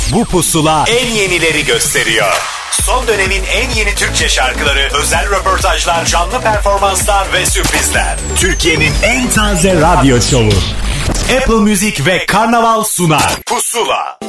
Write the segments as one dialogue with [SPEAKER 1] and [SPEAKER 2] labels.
[SPEAKER 1] Bu pusula en yenileri gösteriyor. Son dönemin en yeni Türkçe şarkıları, özel röportajlar, canlı performanslar ve sürprizler. Türkiye'nin en taze radyo şovu. Apple Music ve Karnaval sunar. Pusula.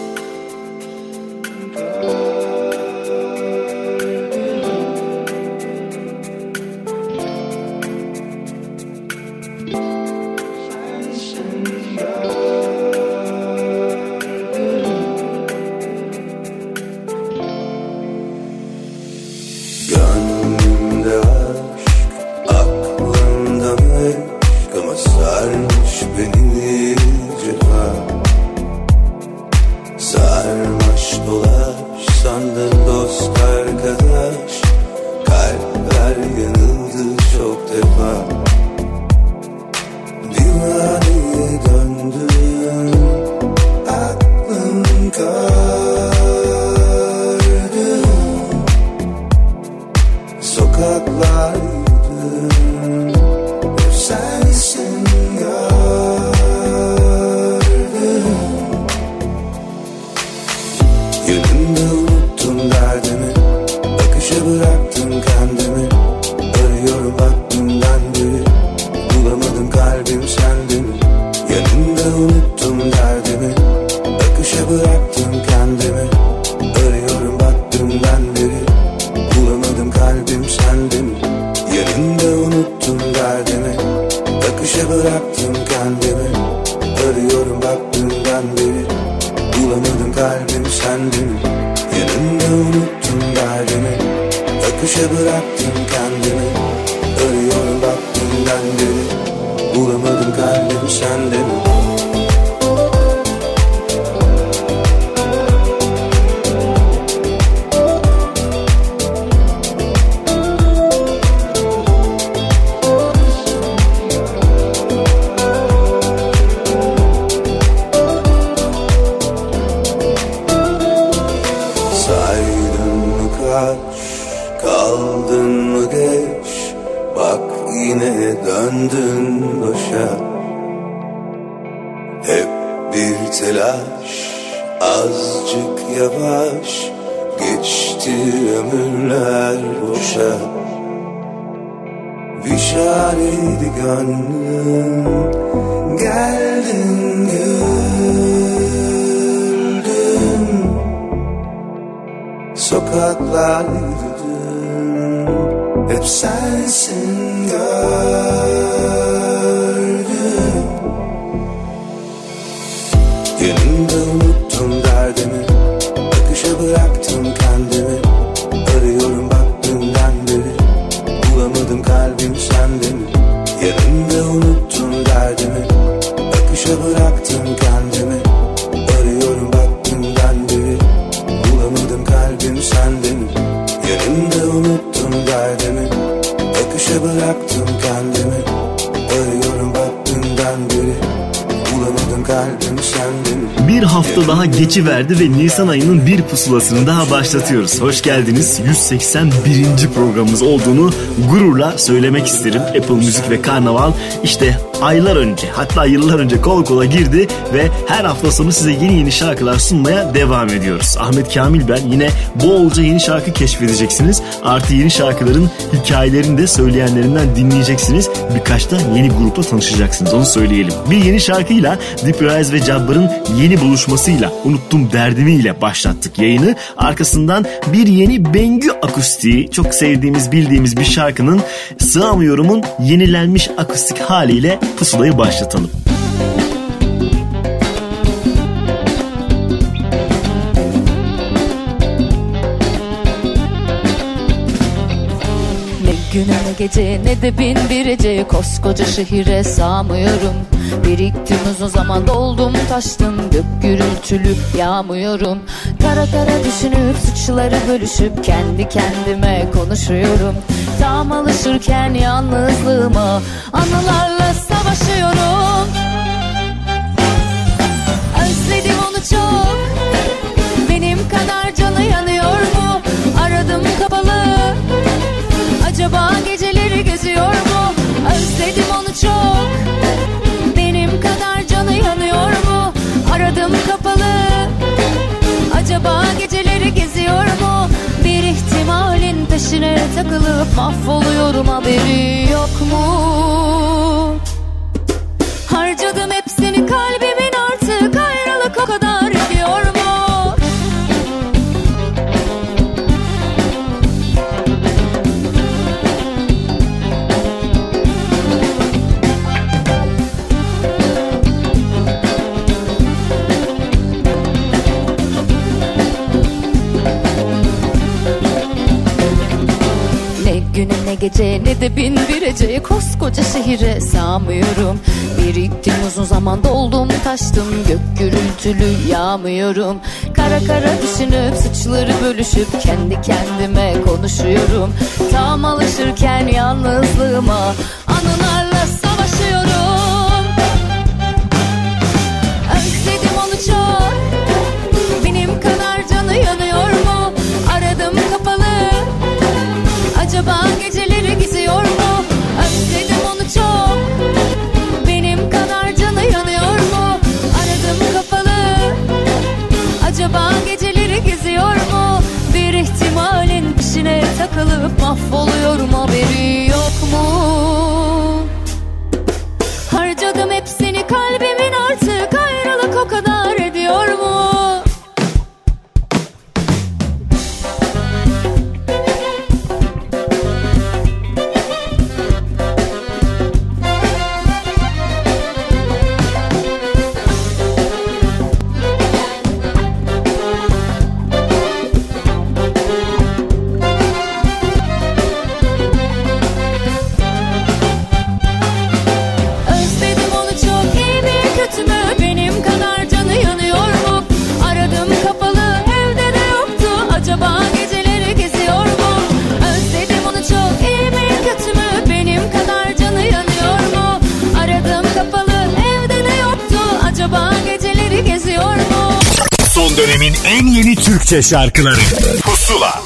[SPEAKER 2] Verdi ve Nisan ayının bir pusulasını daha başlatıyoruz. Hoş geldiniz. 181. programımız olduğunu gururla söylemek isterim. Apple Music ve Karnaval işte aylar önce, hatta yıllar önce kol kola girdi ve her hafta sonu size yeni şarkılar sunmaya devam ediyoruz. Ahmet Kamil ben. Yine bolca yeni şarkı keşfedeceksiniz. Artı yeni şarkıların hikayelerini de söyleyenlerinden dinleyeceksiniz. Birkaç da yeni grupla tanışacaksınız. Onu söyleyelim. Bir yeni şarkıyla Deep Rise ve Cabbar'ın yeni buluşmasıyla Unuttum Derdimi ile başlattık yayını. Arkasından bir yeni Bengü akustiği, çok sevdiğimiz, bildiğimiz bir şarkının Sığamıyorum'un yenilenmiş akustik haliyle pusulayı başlatalım.
[SPEAKER 3] Gün ne gece ne de bin bir gece koskoca şehire sığamıyorum. Biriktim uzun zaman, doldum taştım, gök gürültülü yağmıyorum. Kara kara düşünüp suçları bölüşüp kendi kendime konuşuyorum. Tam alışırken yalnızlığıma anılarla savaşıyorum. Özledim onu çok, benim kadar canı yanıyor mu? Aradım kapalı, acaba geceleri geziyor mu? Özledim onu çok, benim kadar canı yanıyor mu? Aradım kapalı, takılıp mahvoluyorum, haberi yok mu? Harcadım hepsini, kalbimin artık ayrılık o kadar ediyor mu? Güne ne gece ne de bin bir ece, koskoca şehire sığamıyorum. Biriktim uzun zaman, doldum taştım, gök gürültülü yağmıyorum. Kara kara düşünüp suçları bölüşüp kendi kendime konuşuyorum. Tam alışırken yalnızlığıma anılarla savaşıyorum. Özledim onu çok, benim kadar canı yanıyor mu? Aradım kapalı, acaba geceleri geziyor mu? Özledim onu çok, benim kadar canı yanıyor mu? Aradım kapalı, acaba geceleri geziyor mu? Bir ihtimalin peşine takılıp mahvoluyorum, haberi yok mu? Harcadım hepsini, kalbimin artık ayrılık o kadar ediyor mu?
[SPEAKER 1] Son dönemin en yeni Türkçe şarkıları Pusula.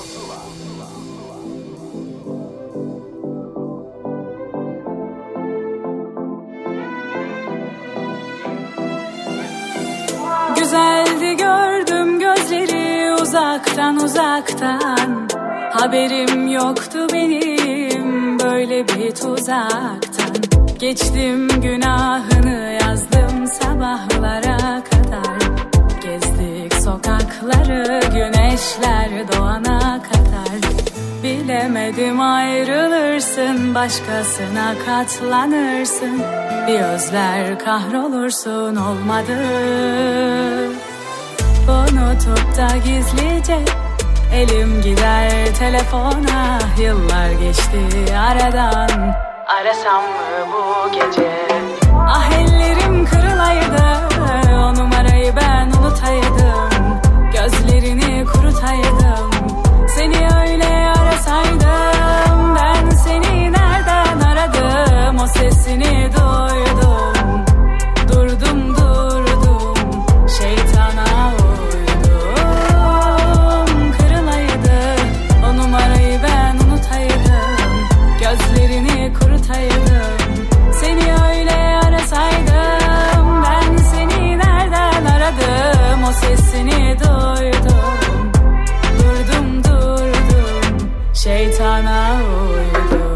[SPEAKER 4] Güzeldi gördüm gözleri uzaktan uzaktan, haberim yoktu benim böyle bir tuzaktan. Geçtim günahını, yazdım sabahlara kadar. Gezdik sokakları güneşler doğana kadar. Bilemedim ayrılırsın, başkasına katlanırsın. Bir özler kahrolursun, olmadı. Unutup da gizlice elim gider telefona. Yıllar geçti aradan, arasam mı bu gece? Ah ellerim kırılaydı, o numarayı ben unutaydım. Gözlerini kurutaydım, seni öyle arasaydım. Ben seni nereden aradım, o sesini duydum. Durdum şeytana uydum. Kırılaydı, o numarayı ben unutaydım. Gözlerini kurutaydım, seni öyle arasaydım. Ben seni nereden aradım, o sesini duydum. Durdum şeytana uydum.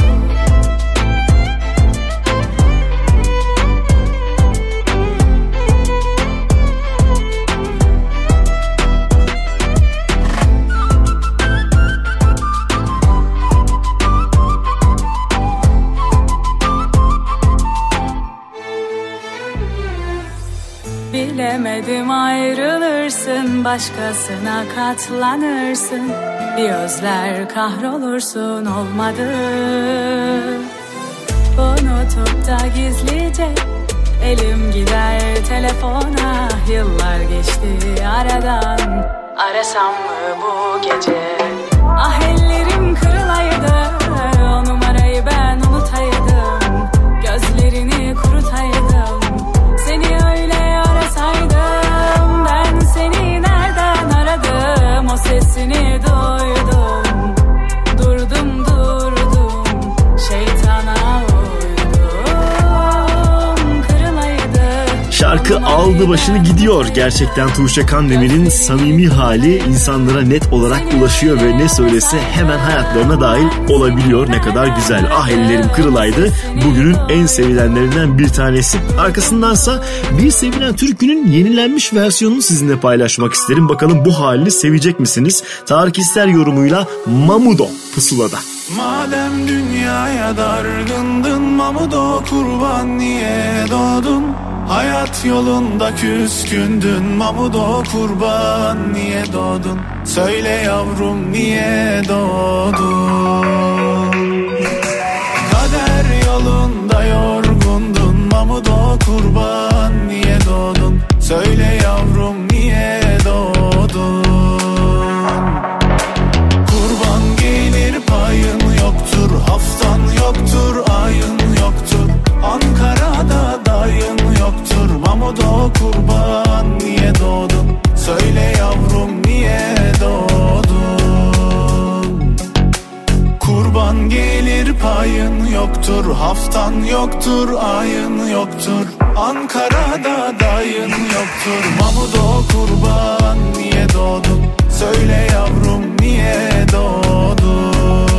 [SPEAKER 4] Bilemedim ayrılırsın, başkasına katlanırsın. Bir özler kahrolursun, olmadı. Unutup da gizlice elim gider telefona. Yıllar geçti aradan, arasam mı bu gece? Ah ellerim kırılaydı, o numarayı ben unutaydım. Gözlerini kurutaydım, seni öyle arasaydım. Ben seni nereden aradım, o sesini duydum. Durdum şeytana uydum. Kırılaydı.
[SPEAKER 2] Şarkı aldı başını gidiyor. Gerçekten Tuğçe Kandemir'in samimi hali insanlara net olarak ulaşıyor ve ne söylese hemen hayatlarına dahil olabiliyor. Ne kadar güzel. Ah ellerim kırılaydı. Bugünün en sevilenlerinden bir tanesi. Arkasındansa bir sevilen türkünün yenilenmiş versiyonunu sizinle paylaşmak isterim. Bakalım bu halini sevecek misiniz? Tarık İster yorumuyla Mamudo Pusula'da.
[SPEAKER 5] Madem dünyaya dargındın Mamudo kurban niye doğdun? Hayat yolunda küskündün Mamudo kurban niye doğdun? Söyle yavrum niye doğdun? Kader yolunda yorgundun Mamudo kurban niye doğdun? Söyle yavrum niye doğdun? Kurban gelir payın yoktur, haftan yoktur, ayın yoktur. Ankara'da dayın yoktur Mamudo kurban niye doğdun? Söyle yavrum niye doğdun? Kurban gelir payın yoktur, haftan yoktur, ayın yoktur. Ankara'da dayın yoktur Mamudo kurban niye doğdun? Söyle yavrum niye doğdun?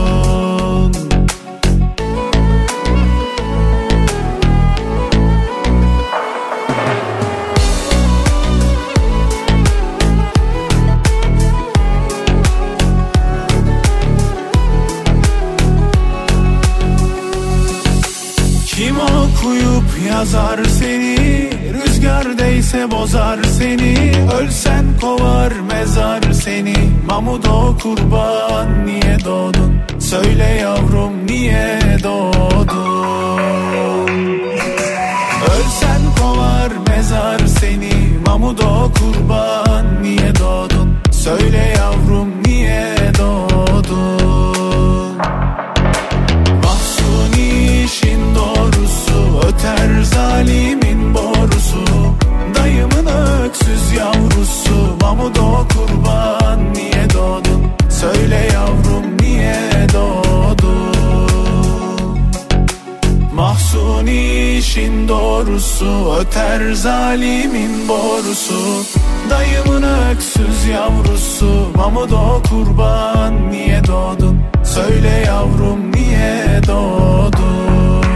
[SPEAKER 5] Kim okuyup yazar seni, rüzgar değse bozar seni. Ölsen kovar mezar seni, Mamudo kurban niye doğdun? Söyle yavrum niye doğdun? Ölsen kovar mezar seni, Mamudo kurban niye doğdun? Söyle yavrum niye doğdun? Mahsuni işin doğrusu, öter zalimin borusu. Dayımın öksüz yavrusu, Mamudo kurban niye doğdun? Söyle yavrum niye doğdun? Mahsuni işin doğrusu, öter zalimin borusu. Dayımın öksüz yavrusu, Mamudo kurban niye doğdun? Söyle yavrum niye doğdun?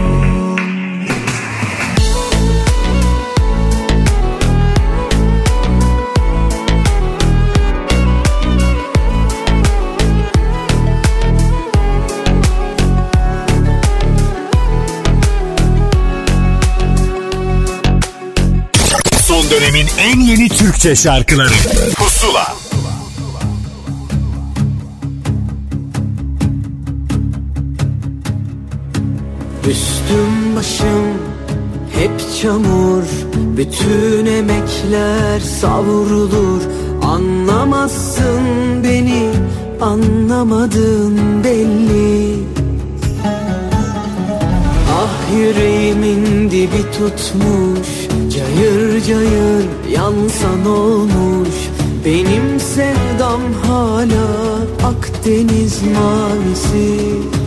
[SPEAKER 1] Son dönemin en yeni Türkçe şarkıları Pusula.
[SPEAKER 6] Üstüm başım hep çamur, bütün emekler savrulur. Anlamazsın beni, anlamadın belli. Ah yüreğimin dibi tutmuş, cayır cayır yansan olmuş. Benim sevdam hala Akdeniz mavisi.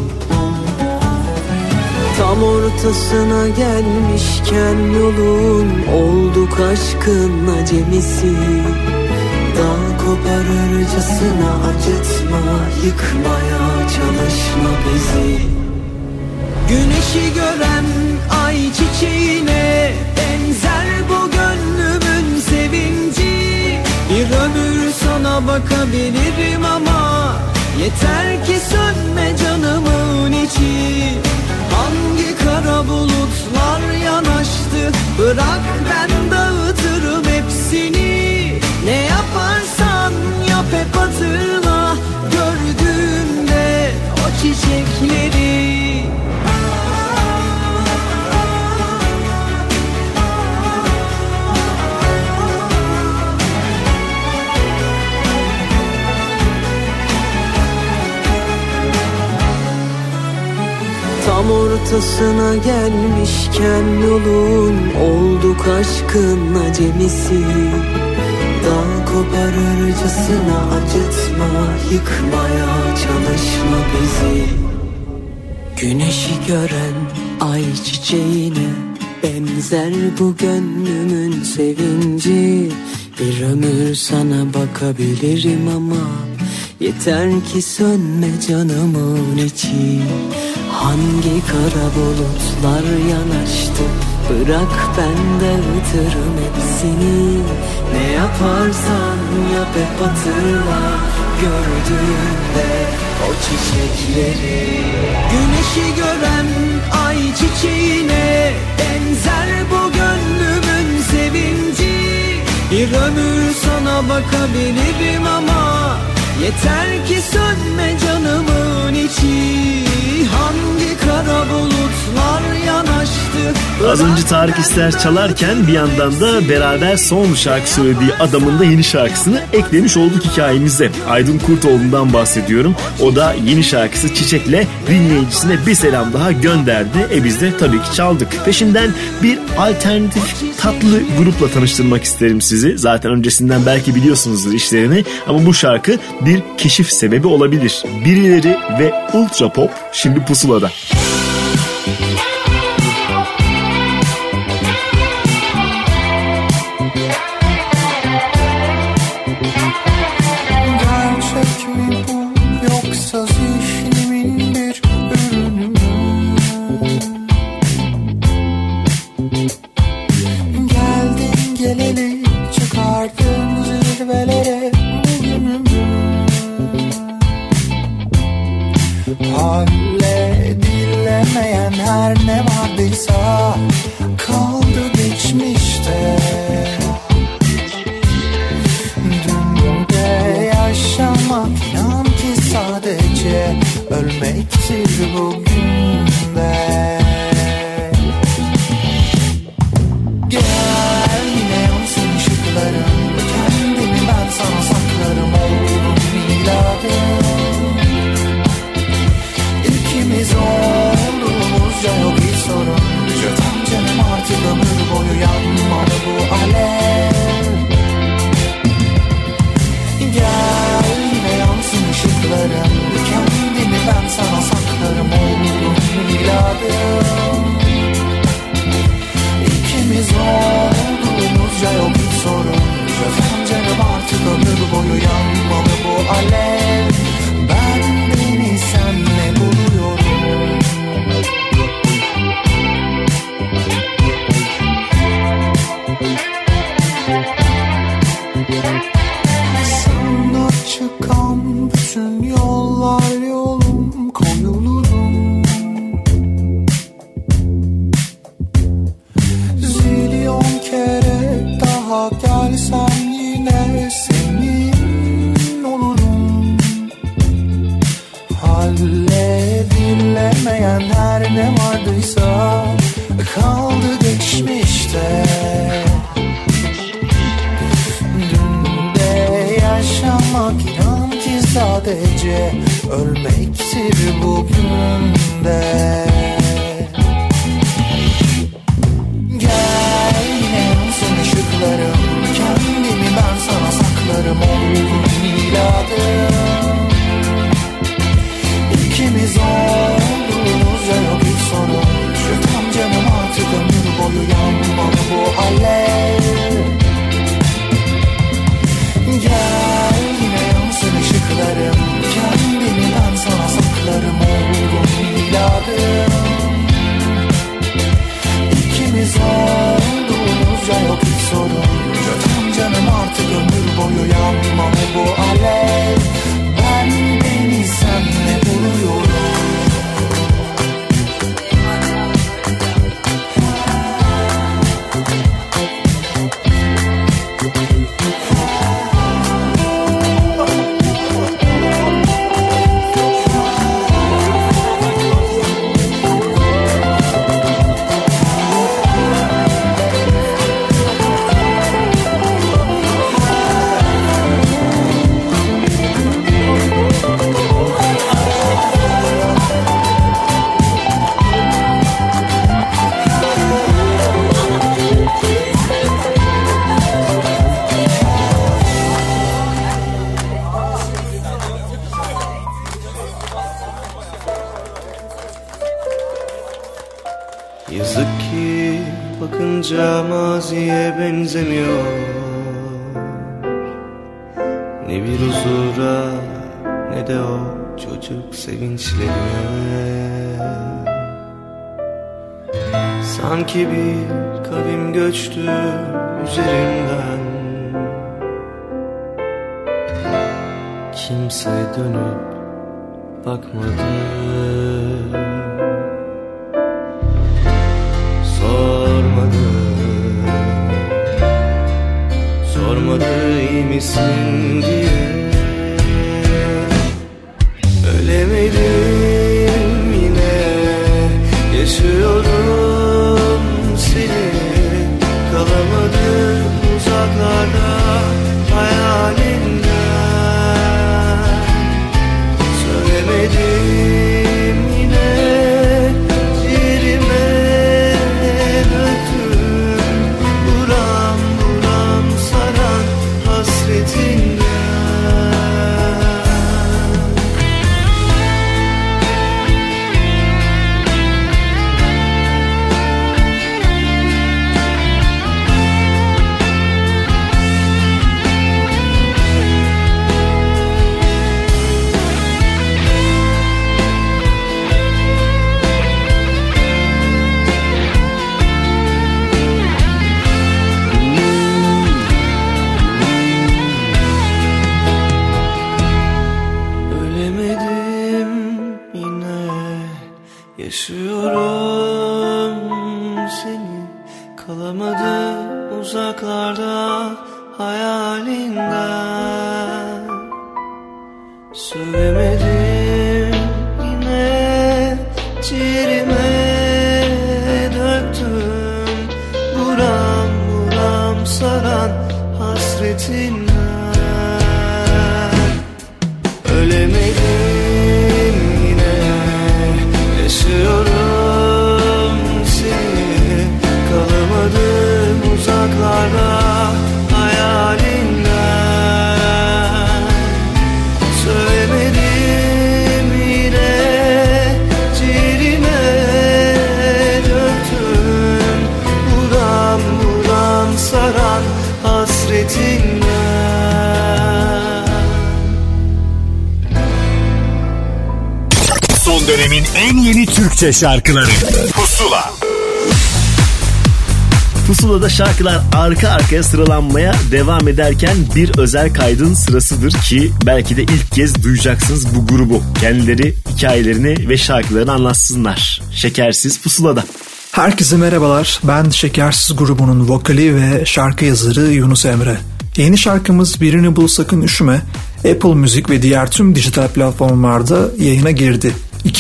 [SPEAKER 6] Tam ortasına gelmişken yolun, olduk aşkın acemisi. Dal koparırcasına acıtma, yıkmaya çalışma bizi. Güneşi gören ay çiçeğine benzer bu gönlümün sevinci. Bir ömür sana bakabilirim ama yeter ki sönme canımın içi. Hangi kara bulutlar yanaştı, bırak ben dağıtırım hepsini. Ne yaparsan yap hep hatırla, gördüğümde o çiçekleri. Tam ortasına gelmişken yolun, olduk aşkın acemisi. Dal koparırcasına acıtma, yıkmaya çalışma bizi. Güneşi gören ay çiçeğine benzer bu gönlümün sevinci. Bir ömür sana bakabilirim ama yeter ki sönme canımın içi. Hangi kara bulutlar yanaştı, bırak ben dağıtırım hepsini. Ne yaparsan yap hep hatırla, gördüğünde o çiçekleri. Güneşi gören ay çiçeğine benzer bu gönlümün sevinci. Bir ömür sana bakabilirim ama yeter ki sönme canımın içi. Hangi kara bulutlar yanaştı.
[SPEAKER 2] Az önce Tarık İster çalarken bir yandan da beraber son şarkı söylediği adamın da yeni şarkısını eklemiş olduk hikayemize. Aydın Kurtoğlu'ndan bahsediyorum. O da yeni şarkısı Çiçek'le dinleyicisine bir selam daha gönderdi. Biz de tabii ki çaldık. Peşinden bir alternatif tatlı grupla tanıştırmak isterim sizi. Zaten öncesinden belki biliyorsunuzdur işlerini ama bu şarkı bir keşif sebebi olabilir. Birileri ve Ultra Pop şimdi Pusula'da.
[SPEAKER 5] Gerçek mi bu yoksa zihnimin bir ürünü mü? Geldin geleli çıkardın zirvelere bugünümü. Halledilemeyen her ne vardıysa kaldı geçmişte. Dünde yaşamak inan ki sadece ölmektir bugünde. Gel yine yansın ışıklarım, kendimi ben sana saklarım, oldum miladım. İkimiz olduğumuzca yok hiç sorun. Jötem canım artık ömür boyu yanmalı bu alev. Gel yine yansın ışıklarım, kendimi ben sana saklarım, oldum miladım. İkimiz olduğumuzca yok hiç sorun. Jötem canım artık ömür boyu yanmalı bu alev. Ben beni senle buluyorum. Sana çıkan bütün yollar yolum koyulurum. Zilyon kere daha gelsem yine senin olurum. Halledilemeyen her ne vardıysa kaldı geçmişte. Dünde yaşamak inan ki sadece ölmektir bugünde. Gel yine yansın ışıklarım, kendimi ben sana saklarım, oldum miladım. İkimiz olduğumuzca yok hiç sorun. Jötem canım artık ömür boyu yanmalı bu alev. Gel yine yansın ışıklarım, kendimi ben sana saklarım, oldum miladım. İkimiz olduğumuzca yok hiç sorun. Jötem canım artık ömür boyu yanmalı bu alev. bakınca maziye benzemiyor. Ne bir huzura ne de o çocuk sevinçlerine. Sanki bir kavim göçtü üzerimden. Kimse dönüp bakmadı. Sormadı iyi misin diye. Ölemedim yine, yaşıyorum seni. Kalamadım uzaklarda hayalinden. Söylemedim yine, yerime döktüm. Buram buram saran hasretinden. Yaşıyorum seni, kalamadım uzaklarda hayalinden. Söylemedim yine, ciğerime döktüm. Buram buram saran hasretinden. Ölemedim yine, yaşıyorum seni. Kalamadım uzaklarda hayalinden. Söylemedim yine, ciğerime döktüm. Buram buram saran hasretinden.
[SPEAKER 1] Son dönemin en yeni Türkçe şarkıları Pusula.
[SPEAKER 2] Pusula'da şarkılar arka arkaya sıralanmaya devam ederken bir özel kaydın sırasıdır ki belki de ilk kez duyacaksınız bu grubu. Kendileri hikayelerini ve şarkılarını anlatsınlar. Şekersiz Pusula'da.
[SPEAKER 7] Herkese merhabalar. Ben Şekersiz grubunun vokali ve şarkı yazarı Yunus Emre. Yeni şarkımız Birini Bul Sakın Üşüme, Apple Müzik ve diğer tüm dijital platformlarda yayına girdi.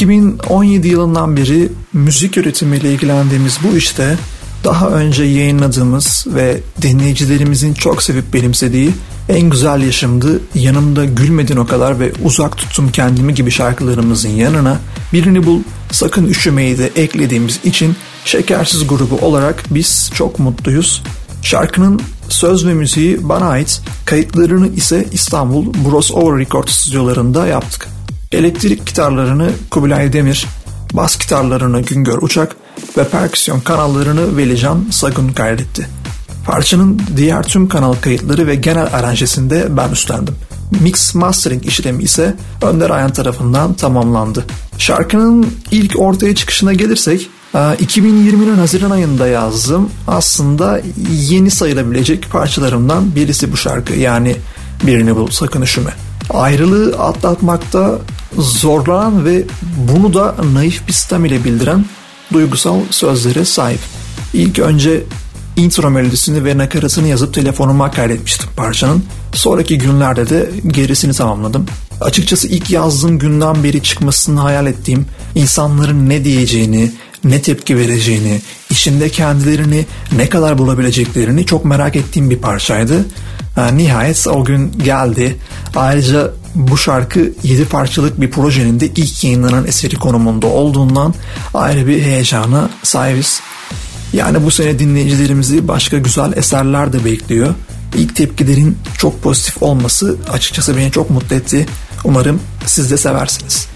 [SPEAKER 7] 2017 yılından beri müzik üretimiyle ilgilendiğimiz bu işte daha önce yayınladığımız ve dinleyicilerimizin çok sevip benimsediği En Güzel Yaşımdı, Yanımda Gülmedin O Kadar ve Uzak Tuttum Kendimi gibi şarkılarımızın yanına Birini Bul Sakın Üşümeyi de eklediğimiz için Şekersiz grubu olarak biz çok mutluyuz. Şarkının söz ve müziği bana ait, kayıtlarını ise İstanbul Crossover Record stüdyolarında yaptık. Elektrik gitarlarını Kubilay Demir, bas gitarlarını Güngör Uçak ve perküsyon kanallarını Velican Sagun kaydetti. Parçanın diğer tüm kanal kayıtları ve genel aranjesinde ben üstlendim. Mix Mastering işlemi ise Önder Ayan tarafından tamamlandı. Şarkının ilk ortaya çıkışına gelirsek, 2020'nin Haziran ayında yazdım. Aslında yeni sayılabilecek parçalarımdan birisi bu şarkı, yani Birini Bul Sakın Üşüme. Ayrılığı atlatmakta zorlanan ve bunu da naif bir sistem ile bildiren duygusal sözlere sahip. İlk önce intro melodisini ve nakaratını yazıp telefonuma kaydetmiştim parçanın. Sonraki günlerde de gerisini tamamladım. Açıkçası ilk yazdığım günden beri çıkmasını hayal ettiğim, insanların ne diyeceğini, ne tepki vereceğini, içinde kendilerini ne kadar bulabileceklerini çok merak ettiğim bir parçaydı. Nihayet o gün geldi. Ayrıca bu şarkı 7 parçalık bir projenin de ilk yayınlanan eseri konumunda olduğundan ayrı bir heyecana sahibiz. Yani bu sene dinleyicilerimizi başka güzel eserler de bekliyor. İlk tepkilerin çok pozitif olması açıkçası beni çok mutlu etti. Umarım siz de seversiniz.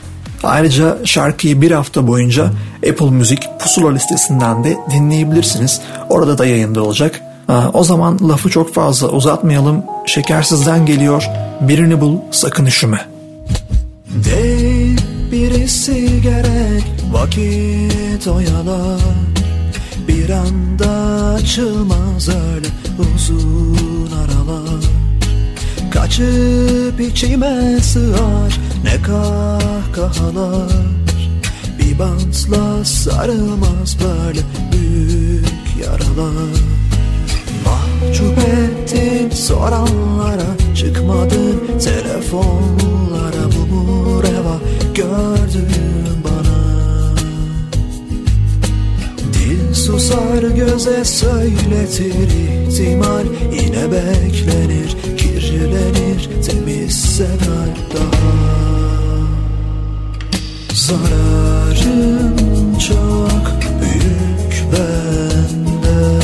[SPEAKER 7] Ayrıca şarkıyı bir hafta boyunca Apple Müzik Pusula listesinden de dinleyebilirsiniz. Orada da yayında olacak. O zaman lafı çok fazla uzatmayalım. Şekersiz'den geliyor. Birini bul, sakın üşüme.
[SPEAKER 5] Değil birisi gerek, vakit oyalar. Bir anda açılmaz öyle uzun aralar. Kaçıp içime sığar ne kahkahalar. Bir bantla sarılmaz böyle büyük yaralar. Mahcup ettin soranlara, çıkmadın telefonlara. Bu mu reva gördüğün bana? Dil susar göze söyletir ihtimal. Yine beklenir, kirlenir, temizse kalp daha. Zararım çok büyük bende.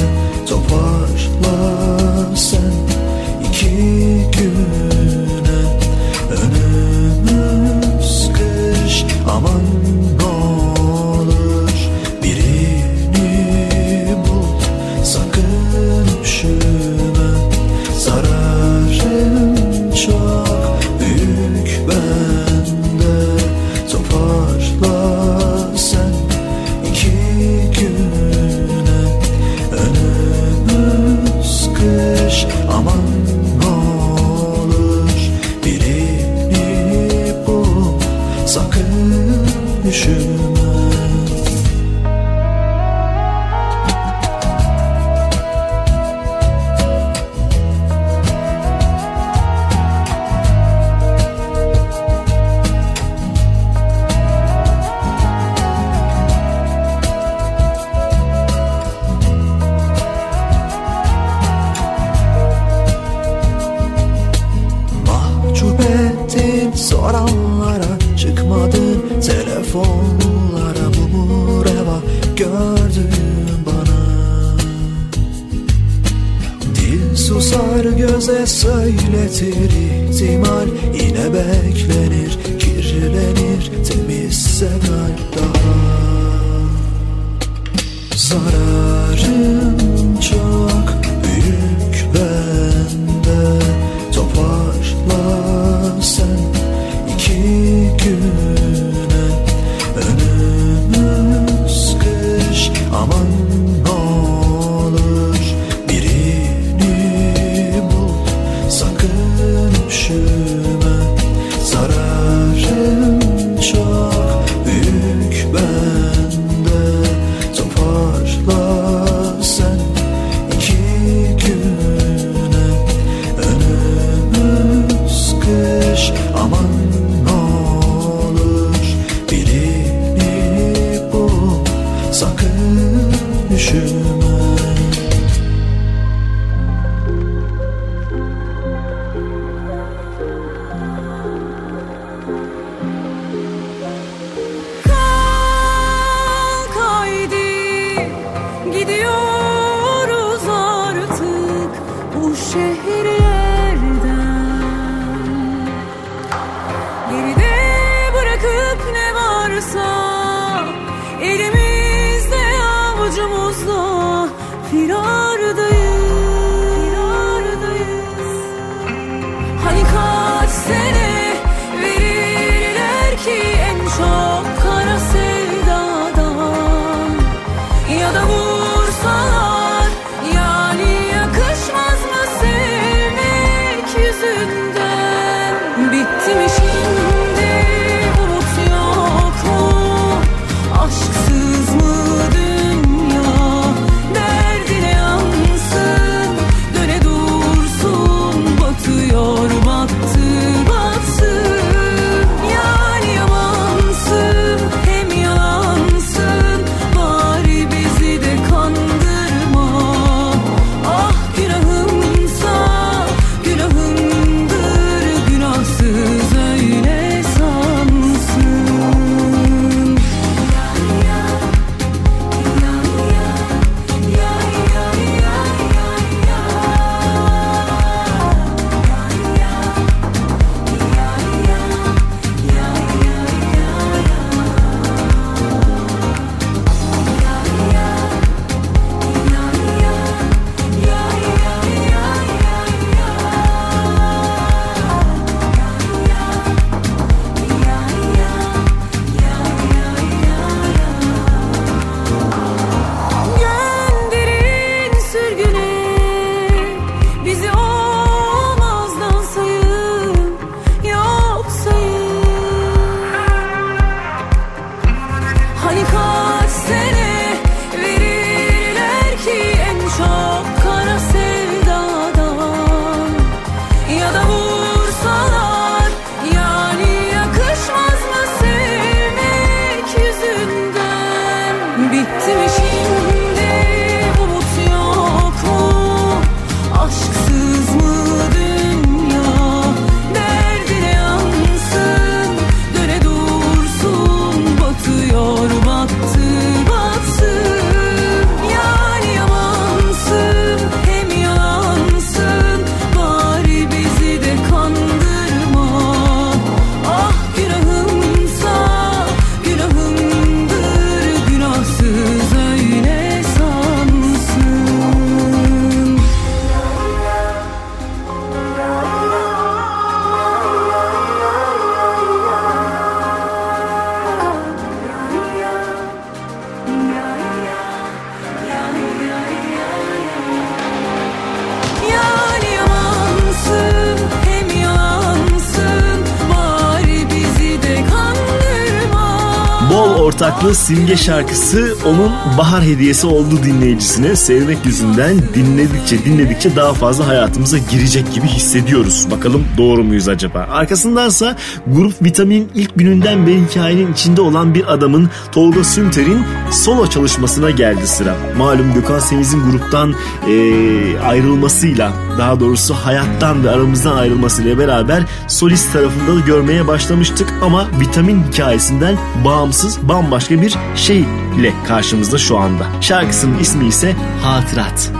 [SPEAKER 5] Toparla sen 2 güne. Önümüz kış, aman ne olur birini bul, sakın üşüme. Zararım çok büyük bende. Toparla sen 2 güne. Önümüz kış, aman ne olur birini bul, sakın üşüme. Mahcup ettin soranlara, çıkmadın telefonlara. Bu mu reva gördüğün bana? Dil susar göze söyletir ihtimal. Yine beklenir, kirlenir, temizse kalp daha. Zararım çok büyük bende. Toparla sen 2 güne. Önümüz kış, aman ne olur birini bul, sakın üşüme. Zararım çok büyük bende. Toparla
[SPEAKER 2] ortaklığı Simge şarkısı onun bahar hediyesi oldu dinleyicisine. Sevmek yüzünden dinledikçe daha fazla hayatımıza girecek gibi hissediyoruz. Bakalım doğru muyuz acaba? Arkasındansa grup Vitamin ilk gününden beri hikayenin içinde olan bir adamın, Tolga Sünter'in solo çalışmasına geldi sıra. Malum Gökhan Semiz'in gruptan ayrılmasıyla, daha doğrusu hayattan ve aramızdan ayrılmasıyla beraber solist tarafında da görmeye başlamıştık ama Vitamin hikayesinden bağımsız bambaşka bir şeyle karşımızda şu anda. Şarkısının ismi ise Hatırat.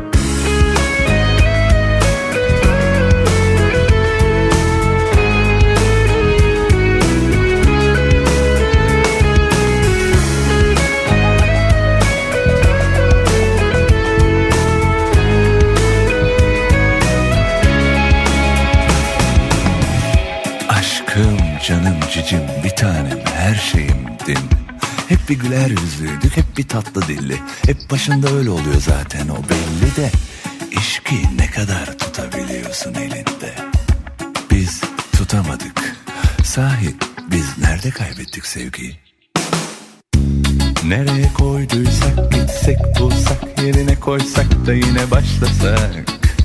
[SPEAKER 8] Canım cicim bir tanem her şeyimdin. Hep bir güler yüzlüydük, hep bir tatlı dilli. Hep başında öyle oluyor zaten, o belli de. İşki ne kadar tutabiliyorsun elinde? Biz tutamadık. Sahi biz nerede kaybettik sevgiyi? Nereye koyduysak gitsek bulsak, yerine koysak da yine başlasak.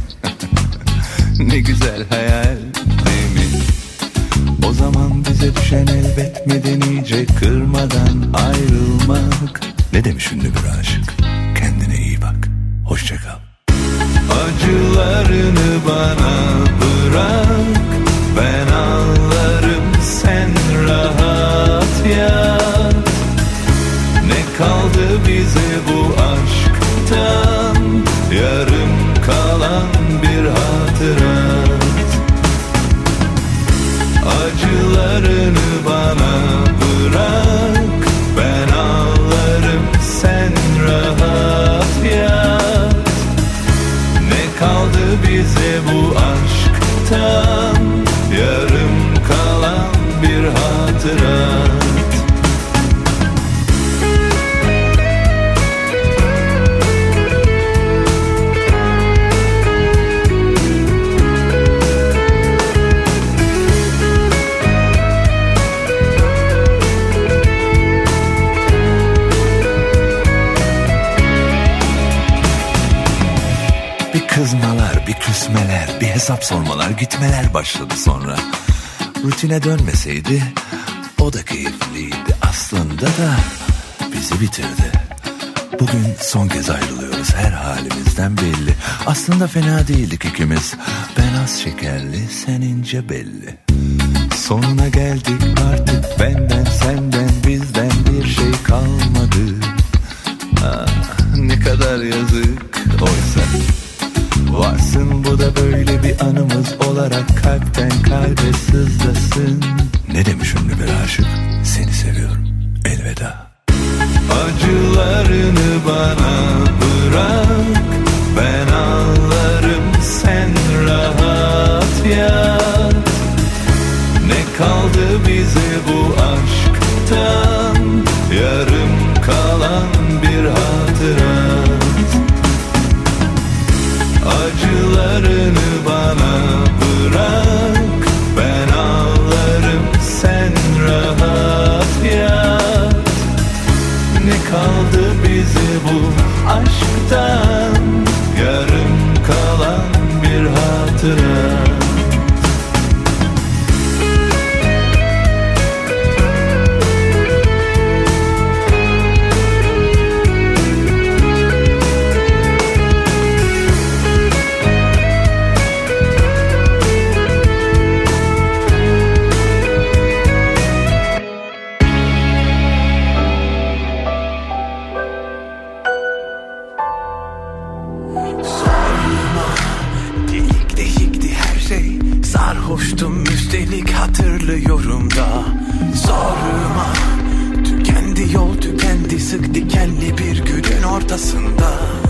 [SPEAKER 8] Ne güzel hayal değil mi? O zaman bize düşen elbet medenice kırmadan ayrılmak. Ne demiş ünlü bir aşık? Kendine iyi bak, hoşça kal. Acılarını bana bırak, ben ağlarım sen rahat yat. Ne kaldı bize bu aşktan, yarım kalan bir hatıra. Acılarını bana bırak, ben ağlarım sen rahat yat. Ne kaldı bize bu aşktan, yarım kalan bir hatıra. Kızmalar, bir küsmeler, bir hesap sormalar, gitmeler başladı sonra. Rutine dönmeseydi o da keyifliydi aslında da bizi bitirdi. Bugün son kez ayrılıyoruz, her halimizden belli. Aslında fena değildik ikimiz, ben az şekerli, sen ince belli. Sonuna geldik artık, benden senden bizden bir şey kalmadı. Ah, ne kadar yazık oysa. Varsın bu da böyle bir anımız olarak, kalpten kalbe sızlasın. Ne demiş ünlü bir aşık? Seni seviyorum, elveda. Acılarını bana bırak, ben ağlarım sen rahat yat. Ne kaldı bize bu aşktan, yarım kalan bir hatıra. Acılarını bana bırak, ben ağlarım sen rahat yat. Ne kaldı bize bu aşktan, yarım kalan bir hatıra.
[SPEAKER 5] Sarhoştum üstelik hatırlıyorum da. Sorma, tükendi yol tükendi sık dikenli bir günün ortasında.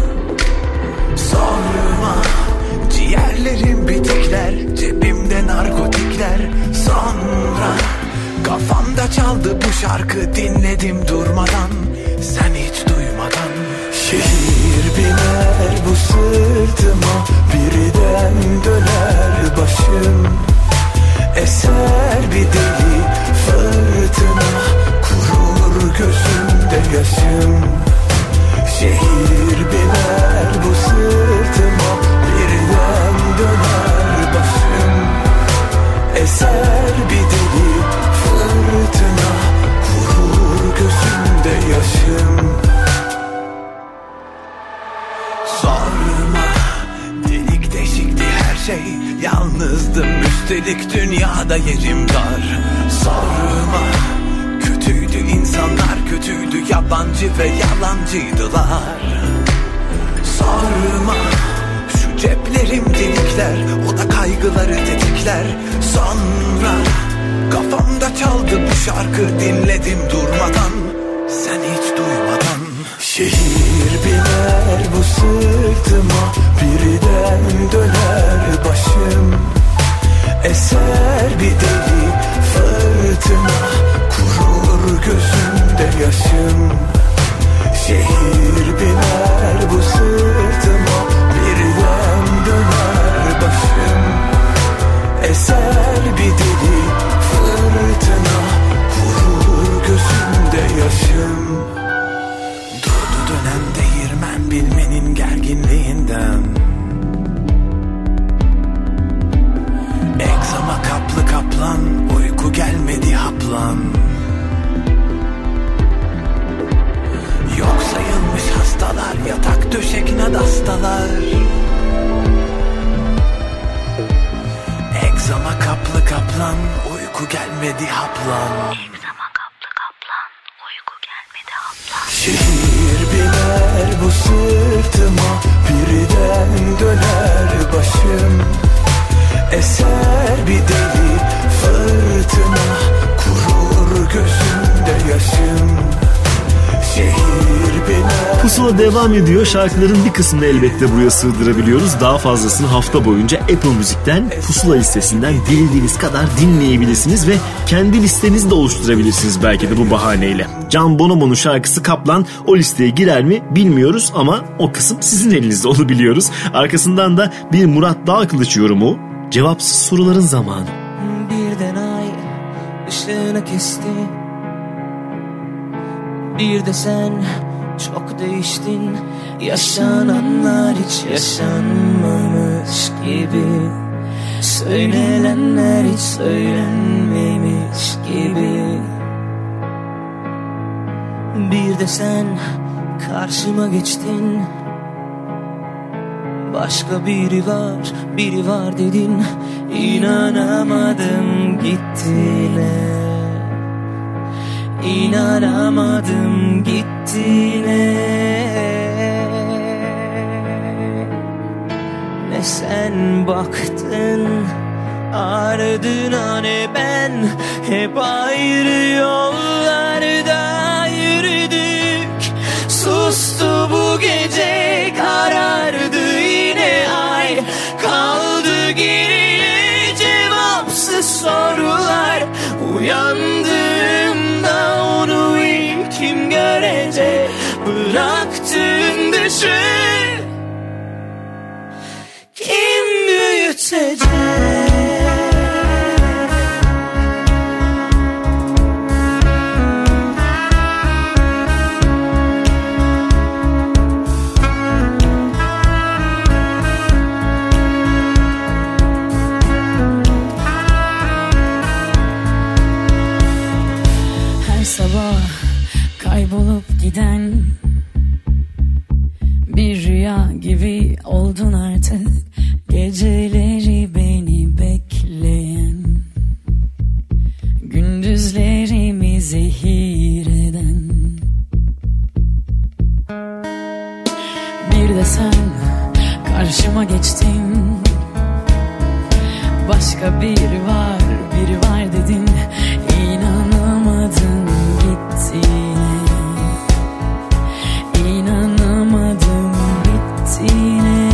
[SPEAKER 5] Sorma, ciğerlerim bitikler, cebimde narkotikler. Sonra kafamda çaldı bu şarkı, dinledim durmadan, sen hiç duymadan. Şehir biner bu sırtıma, birden döner başım. Eser bir deli fırtına, kurur eser bir deli fırtına, kurur gözümde yaşım. Sorma, delik deşikti her şey, yalnızdım üstelik dünyada yerim dar. Sorma, kötüydü insanlar, kötüydü yabancı ve yalancıydılar. Sorma, şu ceplerim delikler, o da kaygıları tetikler. Sonra kafamda çaldı bu şarkı, dinledim durmadan, sen hiç duymadan. Şehir biner bu sırtıma, birden döner başım. Eser bir deli fırtına, kurur gözümde yaşım. Şehir biner bu sırtıma, birden döner başım. Eser bir deli fırtına, kurur gözümde yaşım. Durdu dönen değirmen bilmenin gerginliğinden. Egzama kaplı kaplan, uyku gelmedi haplan. Yok sayılmış hastalar, yatak döşek nadastalar. Egzama kaplı kaplan, uyku gelmedi haplan. Egzama kaplı kaplan, uyku gelmedi haplan. Şehir biner bu sırtıma, birden döner başım. Eser bir deli fırtına, kurur gözümde yaşım. Şehir biner.
[SPEAKER 2] Pusula devam ediyor. Şarkıların bir kısmını elbette buraya sığdırabiliyoruz. Daha fazlasını hafta boyunca Apple Müzik'ten, Pusula listesinden dilediğiniz kadar dinleyebilirsiniz ve kendi listenizi de oluşturabilirsiniz belki de bu bahaneyle. Can Bonomo'nun şarkısı Kaplan o listeye girer mi bilmiyoruz ama o kısım sizin elinizde, onu biliyoruz. Arkasından da bir Murat Dağkılıç yorumu, Cevapsız Soruların Zamanı.
[SPEAKER 6] Birden ay ışığını kesti, bir de sen çok değiştin. Yaşananlar hiç yaşanmamış gibi, söylenenler hiç söylenmemiş gibi. Bir de sen karşıma geçtin, başka biri var dedin. İnanamadım gittiğine, İnanamadım gittiğine. Ne sen baktın ardına ne ben, hep ayrı yollarda yürüdük. Sustu bu gece, karardı yine ay, kaldı geriye cevapsız sorular. Uyandığımda onu ilk kim görecek, bıraktığın dışı kim büyütecek?
[SPEAKER 4] Sabah kaybolup giden bir rüya gibi oldun artık. Geceleri beni bekleyen, gündüzlerimi zehir eden. Bir de sen karşıma geçtin, başka biri var dedin. İnanamadım gittiğine, İnanamadım gittiğine.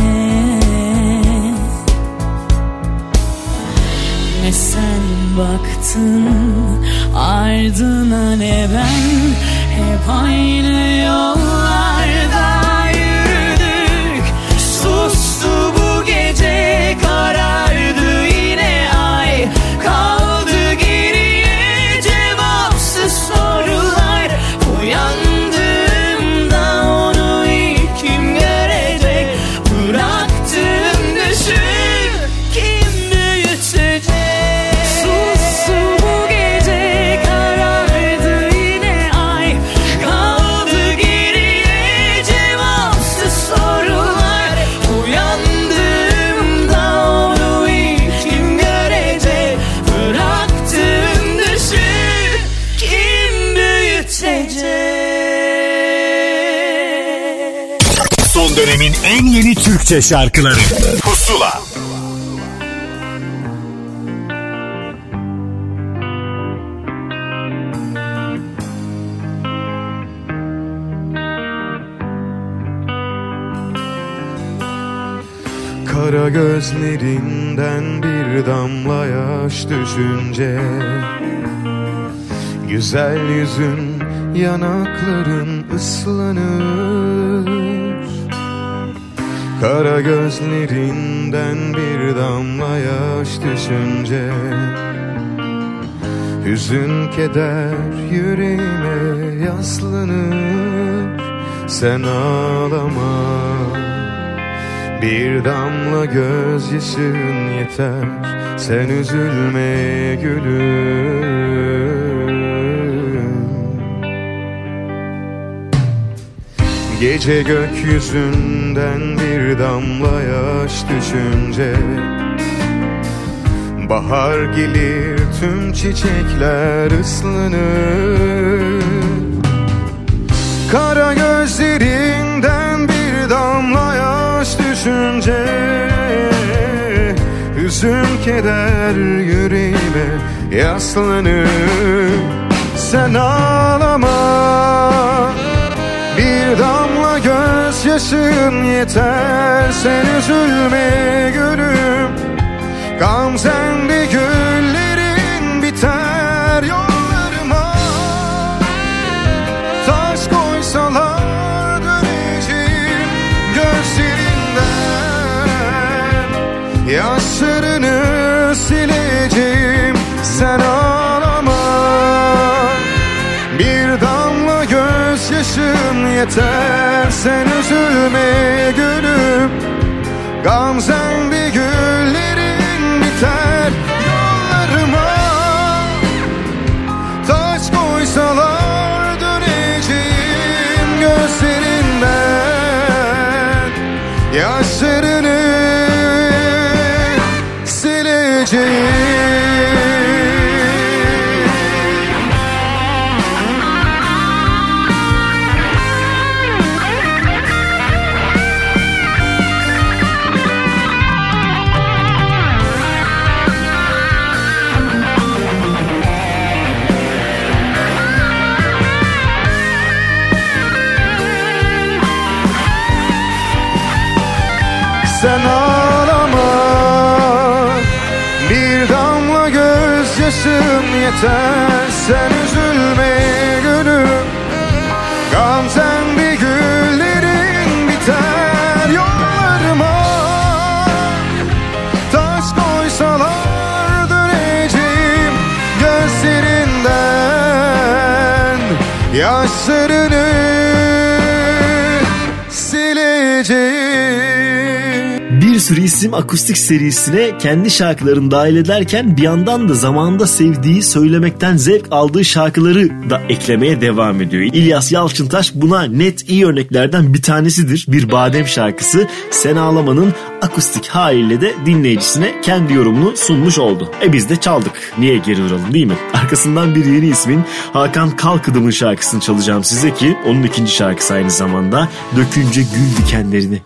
[SPEAKER 4] Ne sen baktın ardına ne ben, hep aynı yollarda yürüdük. Sustu bu gece, karardı yine ay, kaldı geriye cevapsız sorular. Uyandığımda onu ilk kim görecek, bıraktığım düşün kim büyütecek?
[SPEAKER 1] dönemin en yeni Türkçe şarkıları Pusula.
[SPEAKER 9] Kara gözlerinden bir damla yaş düşünce, güzel yüzün, yanakların ıslanır. Kara gözlerinden bir damla yaş düşünce, hüzün, keder yüreğime yaslanır. Sen ağlama, bir damla gözyaşın yeter. Sen üzülme gülüm. Gece gökyüzünden bir damla yaş düşünce, bahar gelir tüm çiçekler ıslanır. Kara gözlerinden bir damla yaş düşünce, hüzün, keder yüreğime yaslanır. Sen ağlama, bir damla gözyaşın yeter. Sen üzülme gülüm, gamzende güllerin biter. Yollarıma taş koysalar döneceğim gözlerinden, yaşlarını sileceğim. Sen ağlama, bir damla gözyaşın yeter. Sen üzülme gülüm, gamzende güllerin biter. Yollarıma taş koysalar döneceğim gözlerinden, yaşlarını sileceğim. Sen ağlama, bir damla gözyaşın yeter. Sen üzülme gülüm, gamzende güllerin biter. Yollarıma taş koysalar döneceğim gözlerinden, yaşlarını sileceğim.
[SPEAKER 2] Bir sürü isim akustik serisine kendi şarkılarını dahil ederken bir yandan da zamanında sevdiği, söylemekten zevk aldığı şarkıları da eklemeye devam ediyor. İlyas Yalçıntaş buna net iyi örneklerden bir tanesidir. Bir Badem şarkısı Sen Ağlama'nın akustik haliyle de dinleyicisine kendi yorumunu sunmuş oldu. Biz de çaldık. Niye geri duralım, değil mi? Arkasından bir yeni ismin Hakan Kalkıdım'ın şarkısını çalacağım size ki onun ikinci şarkısı aynı zamanda Dökünce Gül Dikenlerini.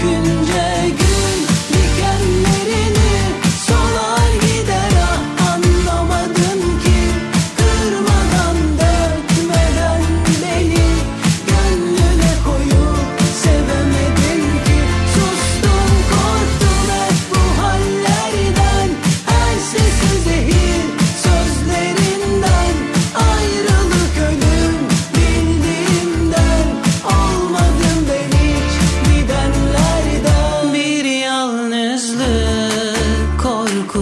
[SPEAKER 6] Solar gider ah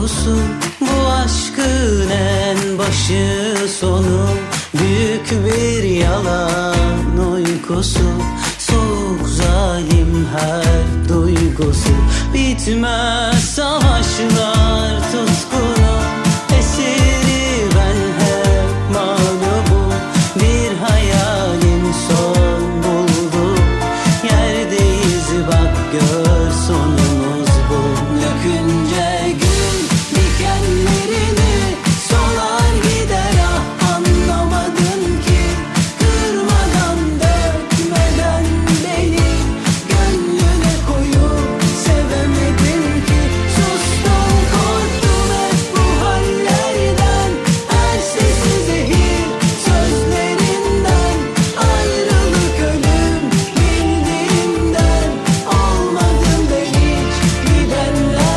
[SPEAKER 6] uykusu, bu aşkın en başı sonu, büyük bir yalan uykusu, soğuk zalim her duygusu, bitmez savaşlar tutkunu, esiri ben hep mağlubum, bir hayalin son buldu, yerdeyiz bak gör sonumuz bu. Dökünce gül dikenlerini solar gider, ah anlamadın ki, kırmadan dökmeden beni gönlüne koyup sevemedim ki, sustum korktum hep bu hallerden, her sesi zehir sözlerinden, ayrılık ölüm bildiğimden, olmadım ben hiç gidenlerden.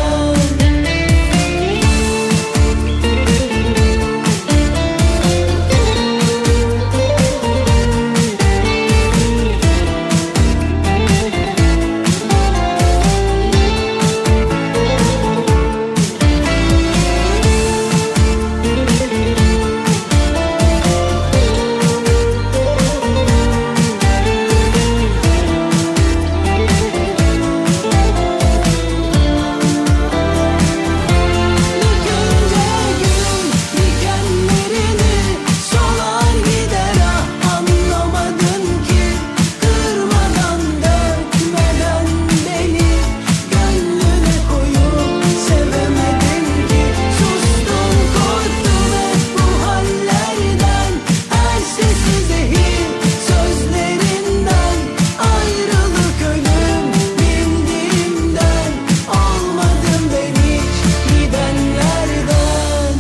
[SPEAKER 6] Dikenlerini solar gider, ah anlamadın ki, kırmadan dökmeden beni gönlüne koyup sevemedim ki, sustum korktum hep bu hallerden, her sesi zehir sözlerinden, ayrılık ölüm bildiğimden, olmadım ben hiç gidenlerden.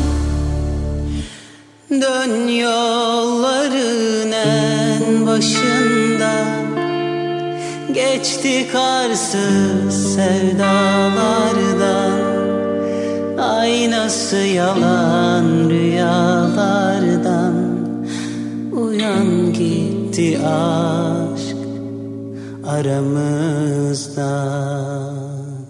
[SPEAKER 6] Dön yolların en başından, geçtik arsız sevdalardan, aynası yalan rüyalardan, uyan gitti aşk aramızdan.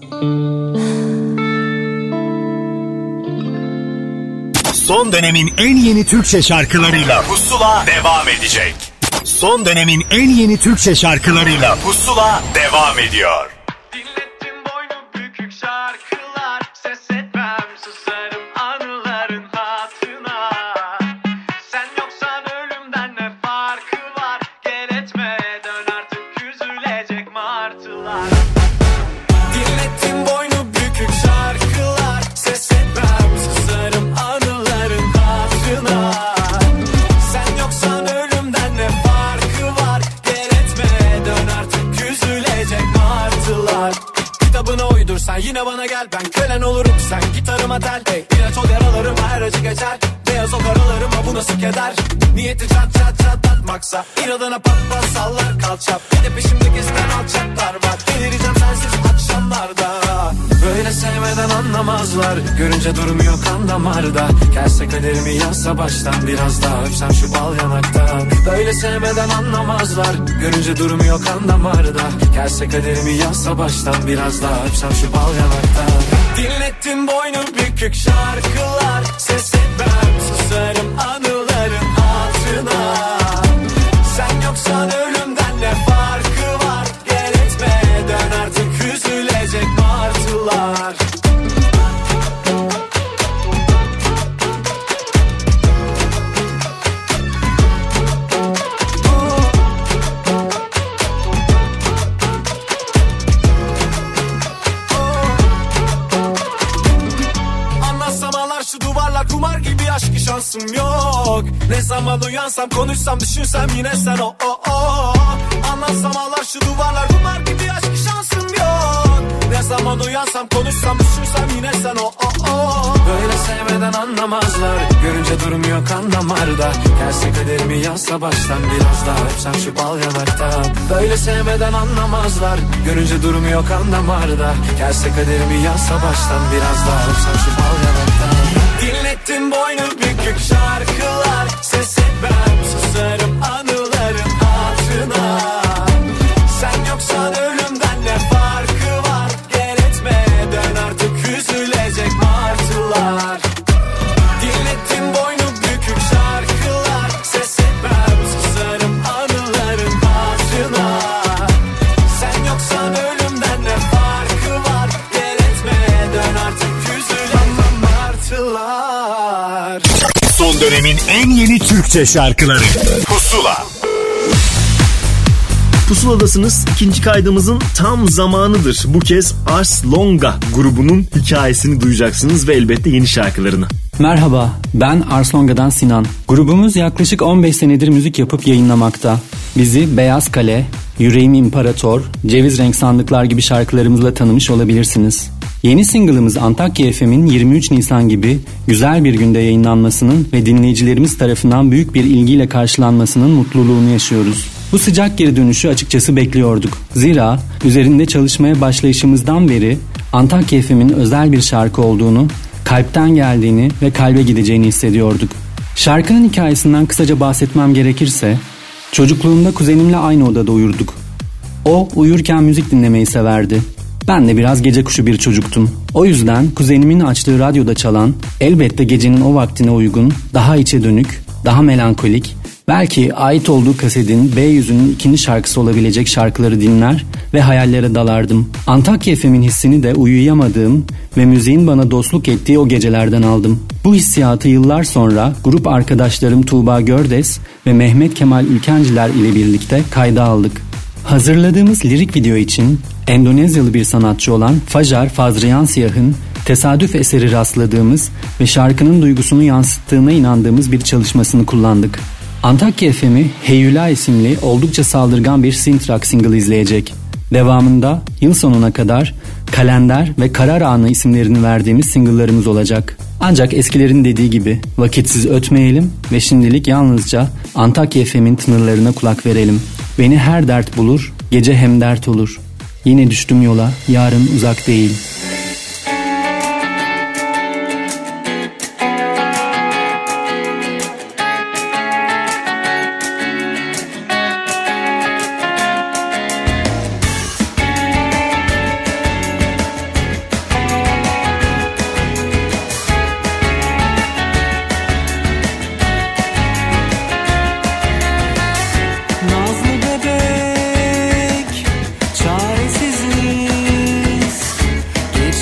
[SPEAKER 1] Son dönemin en yeni Türkçe şarkılarıyla Pusula devam edecek. Son dönemin en yeni Türkçe şarkılarıyla Pusula devam ediyor.
[SPEAKER 10] Dinlettim boynu bükük şarkılar, ses etmem susarım anıların hatırına. Sen yoksan ölümden ne farkı var, gel etme dön artık üzülecek martılar. Dinlettim boynu bükük şarkılar, ses etmem susarım anıların hatırına. Sen yoksan ölümden ne farkı var, gel etme dön artık üzülecek martılar. Kitabına uydur sen yine bana gel, ben kölen olurum sen gitarıma tel. Hey, ilaç ol yaralarıma her acı geçer, beyaz o karalarıma bu nasıl keder. Niyeti çat çat çatlatmaksa inadına pat pat sallar kalçap. Bir de peşimde kesilen alçaklar var, delireceğim sensiz akşamlarda. Böyle sevmeden anlamazlar, görünce durmuyor kan damarda. Gelse kaderimi yazsa baştan biraz daha öpsem şu bal yanaktan. Böyle sevmeden anlamazlar, görünce durmuyor kan damarda. Gelse kaderimi yazsa baştan biraz daha öpsem şu bal yanaktan. Dinlettim boynu bükük şarkılar, ses etmem susarım anıların hatırına. Sen yoksan ölümden ne farkı var, gel etme dön artık üzülecek martılar. Anlatsam ağlar şu duvarlar, kumar gibi aşk şansım yok. Ne zaman uyansam konuşsam düşünsem yine sen o. Anlatsam ağlar şu duvarlar, kumar gibi aşk şansım yok. Ne zaman uyansam konuşsam düşünsem yine sen o. Böyle sevmeden anlamazlar, görünce durmuyor kan damarda. Gelse kaderimi yazsa baştan biraz daha öpsem şu bal yanaktan. Böyle sevmeden anlamazlar, görünce durmuyor kan damarda. Gelse kaderimi yazsa baştan biraz daha öpsem şu bal yanaktan. Dinlettim boynu bükük şarkılar, ses etmem susarım anıların hatırına. Sen yoksan ölümden ne farkı var, gel etme dön artık üzülecek mar.
[SPEAKER 4] şarkılar. Dinlettim boynu bükük şarkılar. Ses etmem susarım anıların hatırına. Sen yoksan ölümden ne farkı var? Gel etme dön artık üzülen martılar.
[SPEAKER 1] Son dönemin en yeni Türkçe şarkıları Pusula.
[SPEAKER 2] Pusuladasınız. İkinci kaydımızın tam zamanıdır. Bu kez Ars Longa grubunun hikayesini duyacaksınız ve elbette yeni şarkılarını.
[SPEAKER 11] Merhaba, ben Ars Longa'dan Sinan. Grubumuz yaklaşık 15 senedir müzik yapıp yayınlamakta. Bizi Beyaz Kale, Yüreğim İmparator, Ceviz Renk Sandıklar gibi şarkılarımızla tanımış olabilirsiniz. Yeni single'ımız Antakya FM'in 23 Nisan gibi güzel bir günde yayınlanmasının ve dinleyicilerimiz tarafından büyük bir ilgiyle karşılanmasının mutluluğunu yaşıyoruz. Bu sıcak geri dönüşü açıkçası bekliyorduk. Zira üzerinde çalışmaya başlayışımızdan beri Antakya FM'in özel bir şarkı olduğunu, kalpten geldiğini ve kalbe gideceğini hissediyorduk. Şarkının hikayesinden kısaca bahsetmem gerekirse, çocukluğumda kuzenimle aynı odada uyurduk. O uyurken müzik dinlemeyi severdi. Ben de biraz gece kuşu bir çocuktum. O yüzden kuzenimin açtığı radyoda çalan, elbette gecenin o vaktine uygun, daha içe dönük, daha melankolik, belki ait olduğu kasetin B yüzünün ikinci şarkısı olabilecek şarkıları dinler ve hayallere dalardım. Antakya FM'in hissini de uyuyamadığım ve müziğin bana dostluk ettiği o gecelerden aldım. Bu hissiyatı yıllar sonra grup arkadaşlarım Tuğba Gördes ve Mehmet Kemal Ülkenciler ile birlikte kayda aldık. Hazırladığımız lirik video için Endonezyalı bir sanatçı olan Fajar Fazriansiyah'ın tesadüf eseri rastladığımız ve şarkının duygusunu yansıttığına inandığımız bir çalışmasını kullandık. Antakya FM'i Heyula isimli oldukça saldırgan bir synth rock single izleyecek. Devamında yıl sonuna kadar Kalender ve Karar Anı isimlerini verdiğimiz single'larımız olacak. Ancak eskilerin dediği gibi vakitsiz ötmeyelim ve şimdilik yalnızca Antakya FM'in tınırlarına kulak verelim. Beni her dert bulur, gece hem dert olur. Yine düştüm yola, yarın uzak değil.
[SPEAKER 5] Çaresiziz,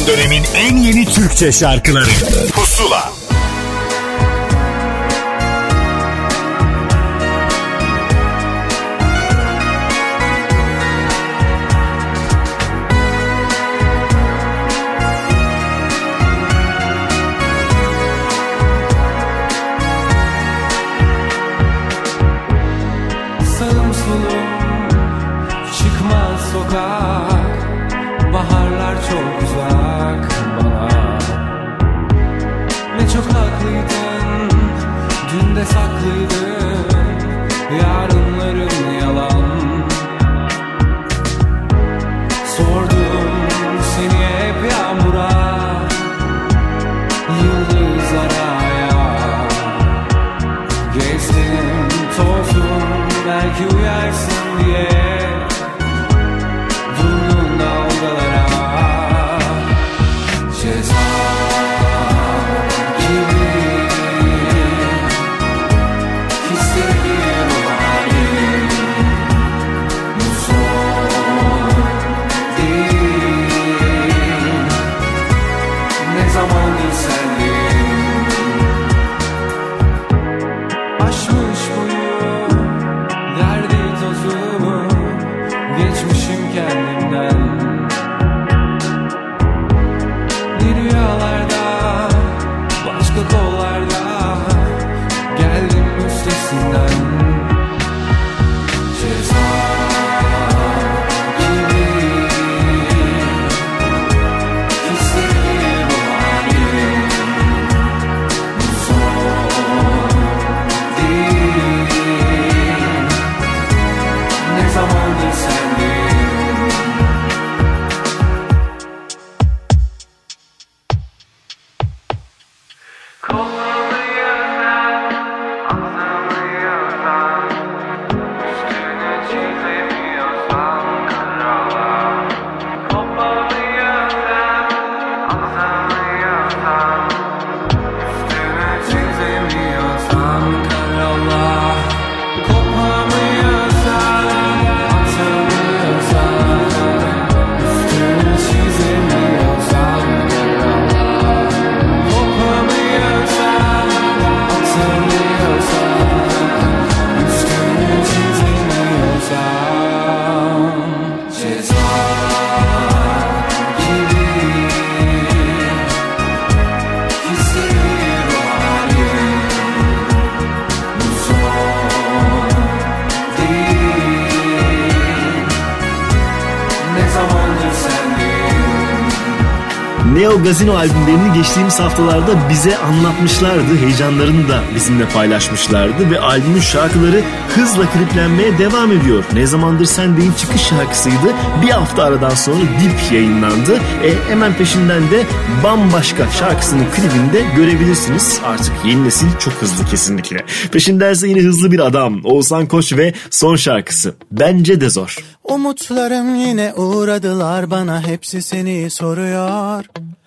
[SPEAKER 1] dönemin en yeni Türkçe şarkıları Pusula.
[SPEAKER 2] Neo Gazino albümlerini geçtiğimiz haftalarda bize anlatmışlardı. Heyecanlarını da bizimle paylaşmışlardı ve albümün şarkıları hızla kliplenmeye devam ediyor. Ne zamandır Sendey'in çıkış şarkısıydı. Bir hafta aradan sonra Dip yayınlandı. Hemen peşinden de Bambaşka şarkısının klibinde görebilirsiniz. Artık yeni nesil çok hızlı kesinlikle. Peşindense yine hızlı bir adam. Oğuzhan Koç ve son şarkısı Bence de Zor.
[SPEAKER 5] Umutlarım yine uğradılar bana, hepsi seni soruyor.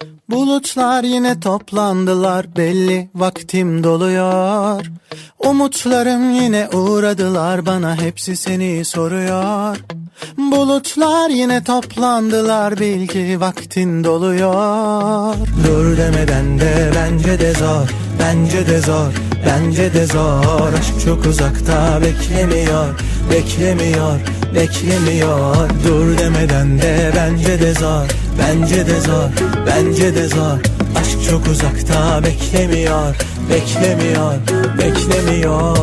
[SPEAKER 5] Bulutlar yine toplandılar, belli vaktim doluyor. Umutlarım yine uğradılar bana, hepsi seni soruyor. Bulutlar yine toplandılar, bil ki vaktin doluyor. Dur demeden de bence de zor, bence de zor, bence de zor. Aşk çok uzakta beklemiyor, beklemiyor, beklemiyor. Dur demeden de bence de zor, bence de zor, bence de zor. Aşk çok uzakta beklemiyor, beklemiyor, beklemiyor.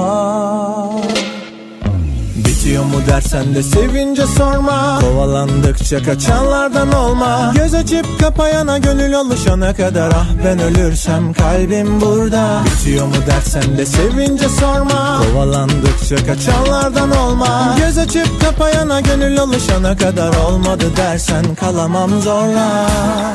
[SPEAKER 5] Bitiyor mu dersen de sevince sorma. Kovalandıkça kaçanlardan olma. Göz açıp kapayana, gönül alışana kadar. Ah ben ölürsem kalbim burada. Bitiyor mu dersen de sevince sorma. Kovalandıkça kaçanlardan olma. Göz açıp kapayana, gönül alışana kadar. Olmadı dersen kalamam zorla.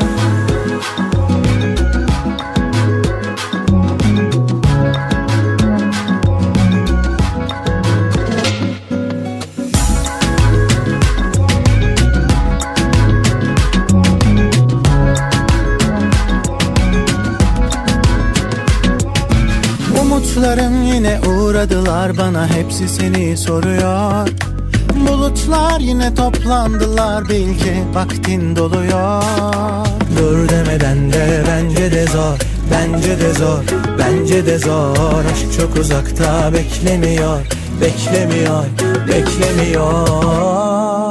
[SPEAKER 5] Umutlarım yine uğradılar bana, hepsi seni soruyor. Bulutlar yine toplandılar, bil ki vaktin doluyor. dur demeden de bence de zor. Bence de zor, bence de zor. Aşk çok uzakta beklemiyor, beklemiyor, beklemiyor.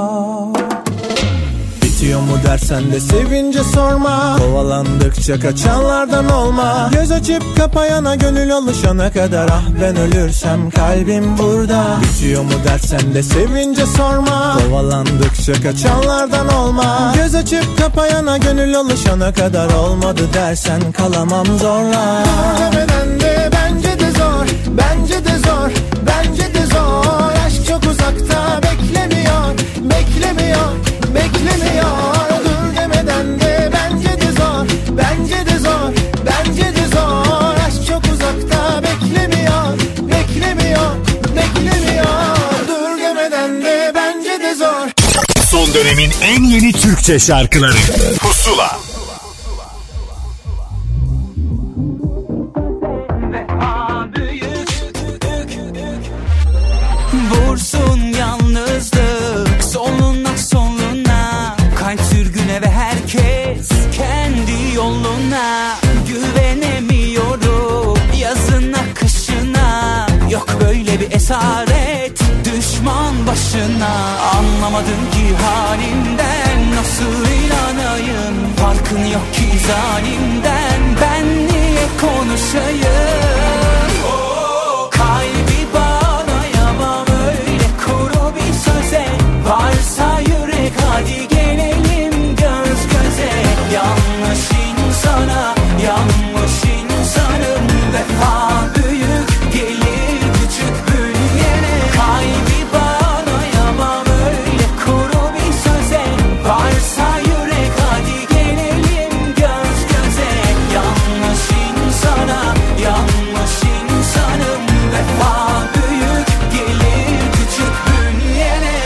[SPEAKER 5] Bitiyor mu dersen de sevince sorma. Kovalandıkça kaçanlardan olma. Göz açıp kapayana gönül alışana kadar. Ah ben ölürsem kalbim burada. Bitiyor mu dersen de sevince sorma. Kovalandıkça kaçanlardan olma. Göz açıp kapayana gönül alışana kadar. Olmadı dersen kalamam zorla. Demeden de bence de zor, bence de zor, bence de zor. Aşk çok uzakta beklemiyor, beklemiyor, beklemiyor. Dur demeden de bence de zor, bence de zor, bence de zor. Aşk çok uzakta beklemiyor, beklemiyor, beklemiyor. Dur demeden de bence de zor.
[SPEAKER 1] Son dönemin en yeni Türkçe şarkıları Pusula.
[SPEAKER 12] Vursun yalnızlık soluna soluna. Kalp sürgüne ve herkes kendi yoluna. Güvenemiyorum yazına kışına. Yok böyle bir esaret düşman başına. Anlamadım ki halimden nasıl inanayım. Farkın yok ki zalimden ben niye konuşayım. Kalbi bağlayamam öyle kuru bir söze. Varsa yürek hadi gelelim göz göze. Yanlış insana yanlış insanım. Vefa büyük gelir küçük bünyene. Kalbi bağlayamam öyle kuru bir söze. Varsa yürek hadi gelelim göz göze. Yanlış insana yanlış insanım. Vefa büyük gelir küçük bünyene.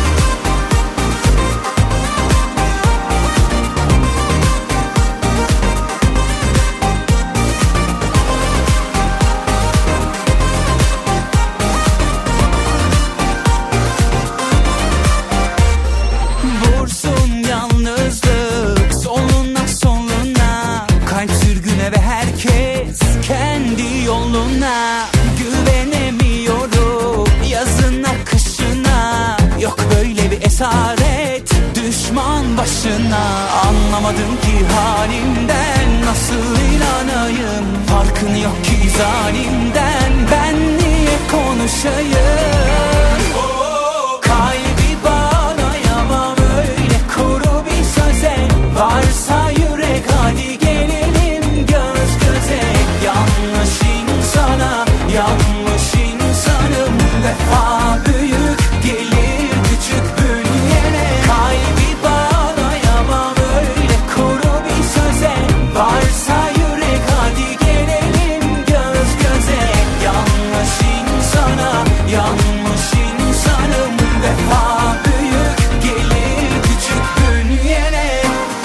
[SPEAKER 12] Vursun yalnızlık soluna soluna. Kalp sürgüne ve herkes kendi yoluna. Güvenemiyorum yazına kışına. Yok böyle bir esaret düşman başına. Anlamadım ki halimden nasıl inanayım. Farkın yok ki zalimden ben niye konuşayım. Kalbi bağlayamam öyle kuru bir söze. Varsa yürek hadi gelelim göz göze. Yanlış insana yanlış insanım. Vefa büyük gelir küçük bünyene. Kalbi bağlayamam öyle kuru bir söze. Varsa yürek hadi gelelim göz göze. Yanlış insana yanlış insanım. Vefa büyük gelir küçük bünyene.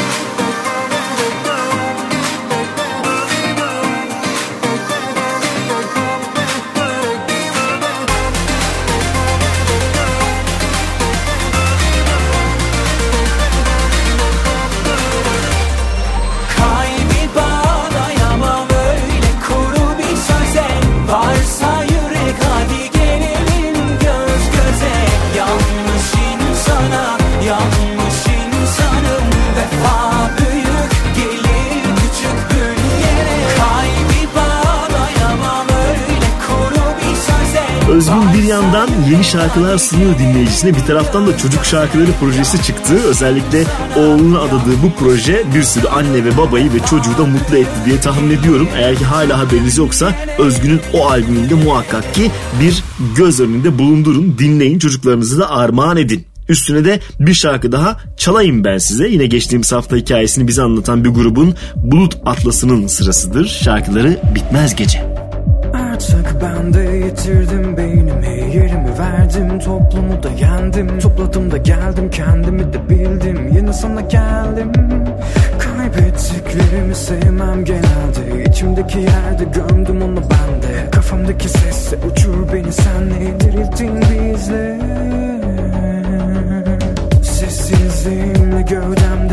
[SPEAKER 12] Kalbi bağlayamam öyle kuru bir söze. Varsa yürek hadi gelelim göz göze. Yanlış insana yanlış insanım. Vefa büyük gelir küçük bünyene. Kalbi bağlayamam öyle kuru bir söze.
[SPEAKER 2] Özgün bir yandan yeni şarkılar sunuyor dinleyicisine, bir taraftan da çocuk şarkıları projesi çıktı. Özellikle oğluna adadığı bu proje bir sürü anne ve babayı ve çocuğu da mutlu etti diye tahmin ediyorum. Eğer ki hala haberiniz yoksa Özgün'ün o albümünde muhakkak ki bir göz önünde bulundurun, dinleyin, çocuklarınızı da armağan edin. Üstüne de bir şarkı daha çalayım ben size. Yine geçtiğimiz hafta hikayesini bize anlatan bir grubun Bulut Atlası'nın sırasıdır. Şarkıları Bitmez Gece.
[SPEAKER 13] Artık ben de yitirdim beynimi, yerimi verdim, toplumu da yendim. Topladım da geldim, kendimi de bildim, yine sana geldim. Kaybettiklerimi sevmem genelde, içimdeki yerde gömdüm onu bende. Kafamdaki sesle uçur beni senle, dirilttin bizle. Sessizliğimle gövdemde ne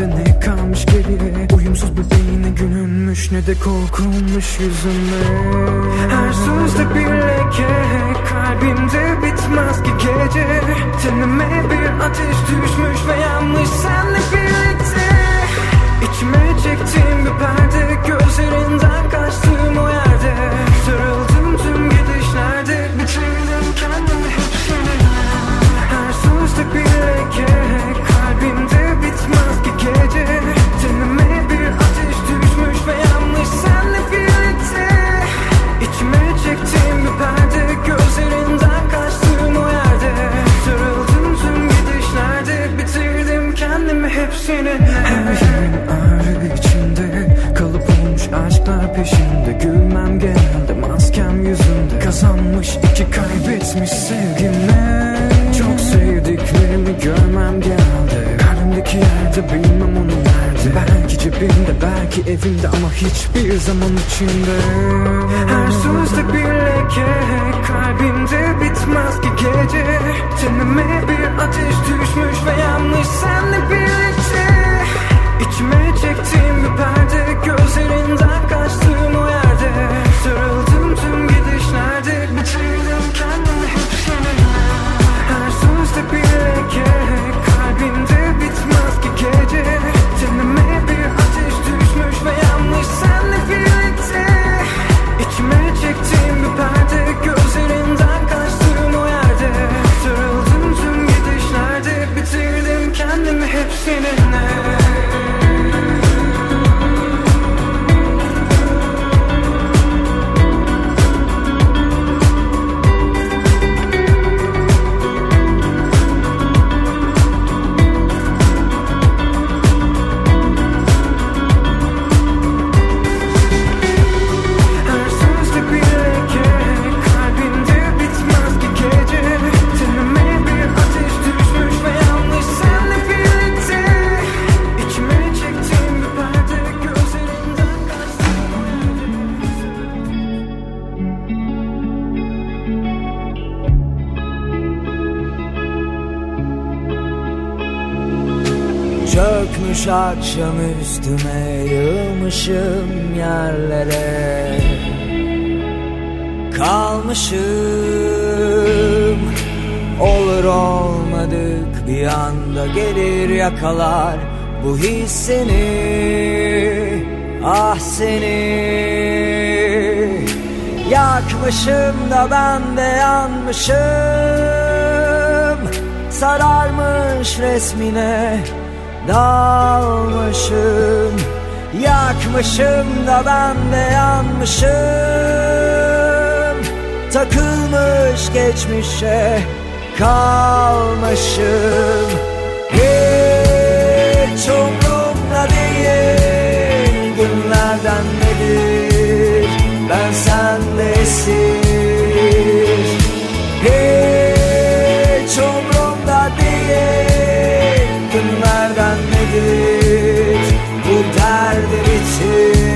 [SPEAKER 13] kalmış geriye. Uyumsuz bir beyine gülünmüş, ne de korkulmuş yüzüme. Her sözde bir leke, kalbimde bitmez ki gece. Tenime bir ateş düşmüş ve yanmış senle birlikte. İçime çektiğim bir perde, gözlerinden kaçtığım o yerde. Sarıldım tüm gidişlerde, bitirdim kendimi hep seninle. Her sözde bir leke, kalbimde bitmez ki gece. Tenime bir ateş düşmüş ve yanmış senle birlikte. İçime çektiğim bir perde, gözlerinden kaçtığım o yerde. Sarıldım tüm gidişlerde, bitirdim kendimi hep seninle. Her yerim ağrı içinde, kalıp olmuş aşklar peşinde. Gülmem genelde, maskem yüzümde. Kazanmış iki kaybetmiş sevgimle. Çok sevdiklerimi görmem geldi. Kalbimdeki yerde bilmem onu nerede. Belki cebimde, belki evimde ama hiçbir zaman içinde. Her sözde bir leke, kalbimde bitmez ki gece. Tenime bir ateş düşmüş ve yanmış senle birlikte. İçime çektiğim bir perde, gözlerinden kaçtığım o yerde. Sarıldım tüm gidişlerde, bitirdim kendimi hep seninle. Her sözde bir leke, kalbimde bitmez ki gece. Tenime bir ateş düşmüş ve yanmış senle birlikte. İçime çektiğim bir perde, gözlerinden kaçtığım o yerde. Sarıldım tüm gidişlerde, bitirdim kendimi hep seninle.
[SPEAKER 14] Çökmüş akşam üstüme, yığılmışım yerlere. Kalmışım, olur olmadık bir anda gelir yakalar bu his seni, ah seni. Yakmışım da ben de yanmışım, sararmış resmine dalmışım. Yakmışım da ben de yanmışım, takılmış geçmişe kalmışım. Hiç umrumda değil günlerden nedir, ben sendesin. Hiç umrumda değil günlerden nedir, bu derdi bitir.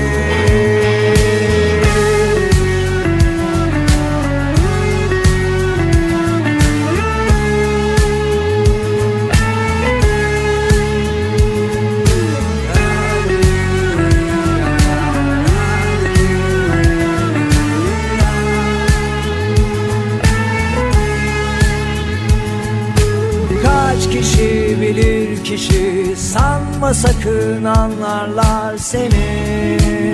[SPEAKER 14] Kaç kişi bilir kişi, sanma sakın anlarlar seni.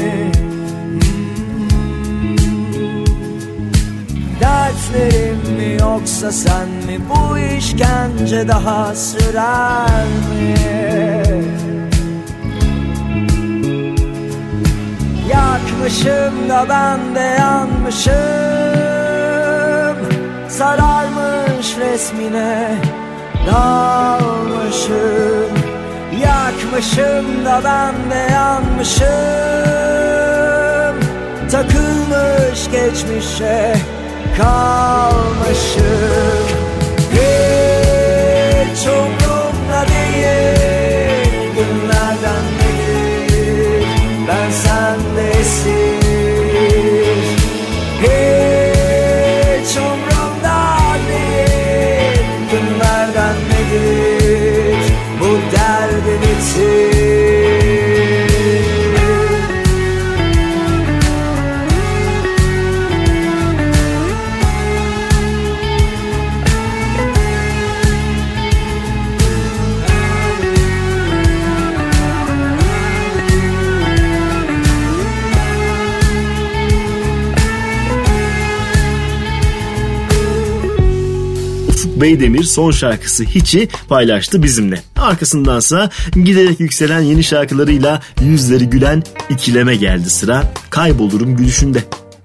[SPEAKER 14] Dertlerim mi yoksa sen mi, bu işkence daha sürer mi? Yakmışım da ben de yanmışım, sararmış resmine dalmışım. Yakmışım da ben de yanmışım, takılmış geçmişe kalmışım. Hiç umrumda değil günlerden nedir, ben sendesin. Hiç umrumda değil günlerden nedir, bu derdi bitir.
[SPEAKER 2] Ufuk Beydemir son şarkısı Hiç'i paylaştı bizimle. Arkasındansa giderek yükselen yeni şarkılarıyla yüzleri gülen İkileme geldi sıra. Kaybolurum gülüşünde.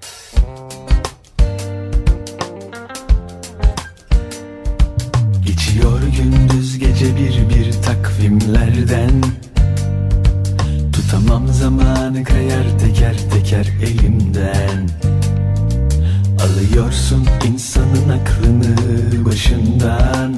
[SPEAKER 15] Geçiyor gündüz gece bir takvimlerden. Tutamam zamanı kayar teker teker elimden. Alıyorsun insanın aklını başından.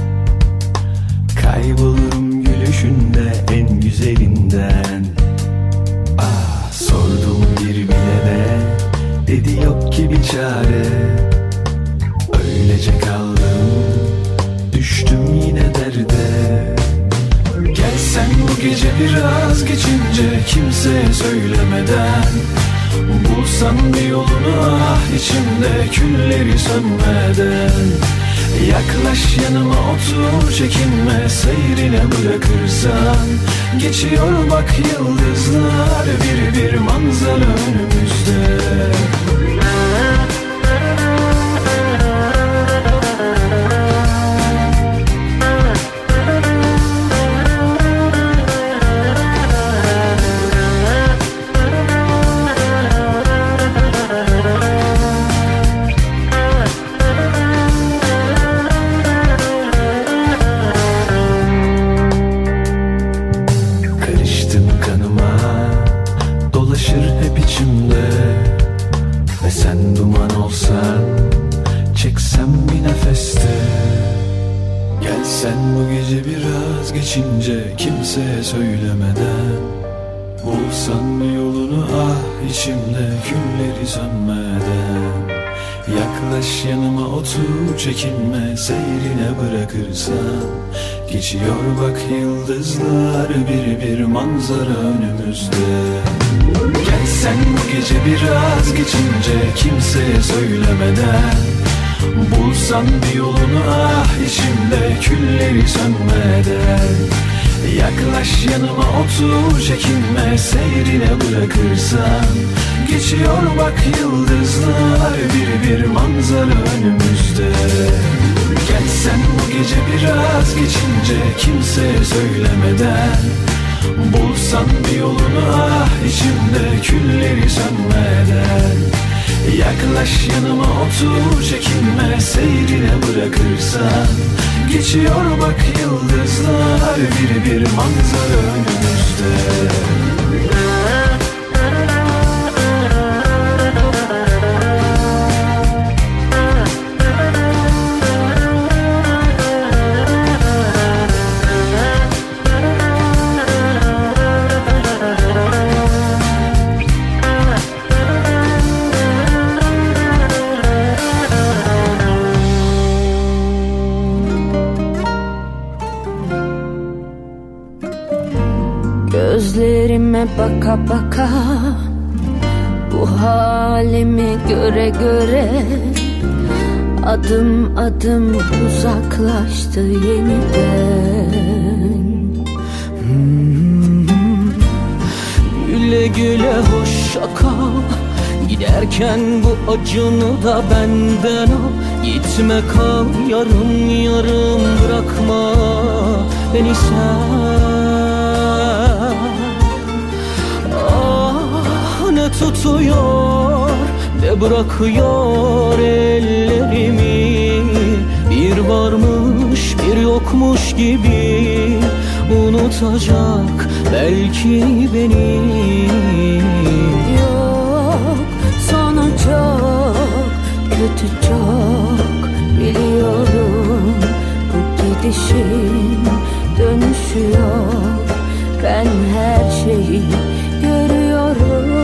[SPEAKER 15] Kaybolurum gülüşünde en güzelinden. Ah, sordum bir bilene, dedi yok ki bir çare. Öylece kaldım, düştüm yine derde. Gelsen bu gece biraz geçince, kimseye söylemeden. Bulsan bir yolunu ah içimde külleri sönmeden. Yaklaş yanıma otur çekinme, seyrine bırakırsan. Geçiyor bak yıldızlar, bir manzara önümüzde. Kimseye söylemeden. Bulsan bir yolunu ah içimde külleri sönmeden. Yaklaş yanıma otur çekinme, seyrine bırakırsan. Geçiyor bak yıldızlar, bir manzara önümüzde. Gelsen bu gece biraz geçince, kimseye söylemeden. Bulsan bir yolunu ah içimde külleri sönmeden. Yaklaş yanıma otur çekinme, seyrine bırakırsan. Geçiyor bak yıldızlar, bir manzara önümüzde. Gelsen bu gece biraz geçince, kimseye söylemeden. Bulsan bir yolunu ah içimde külleri sönmeden. Yaklaş yanıma otur çekinme, seyrine bırakırsan. Geçiyor bak yıldızlar, bir manzara önümüzde.
[SPEAKER 3] Gözlerime baka baka, bu halimi göre göre, adım adım uzaklaştı yeniden.
[SPEAKER 12] Güle güle hoşça kal, giderken bu acını da benden al. Gitme kal yarım yarım, bırakma beni sen. Ne tutuyor ne bırakıyor ellerimi. Bir varmış bir yokmuş gibi, unutacak belki beni.
[SPEAKER 3] Yok sana çok kötü, çok biliyorum. Bu gidişin dönüşü yok, ben her şeyi görüyorum.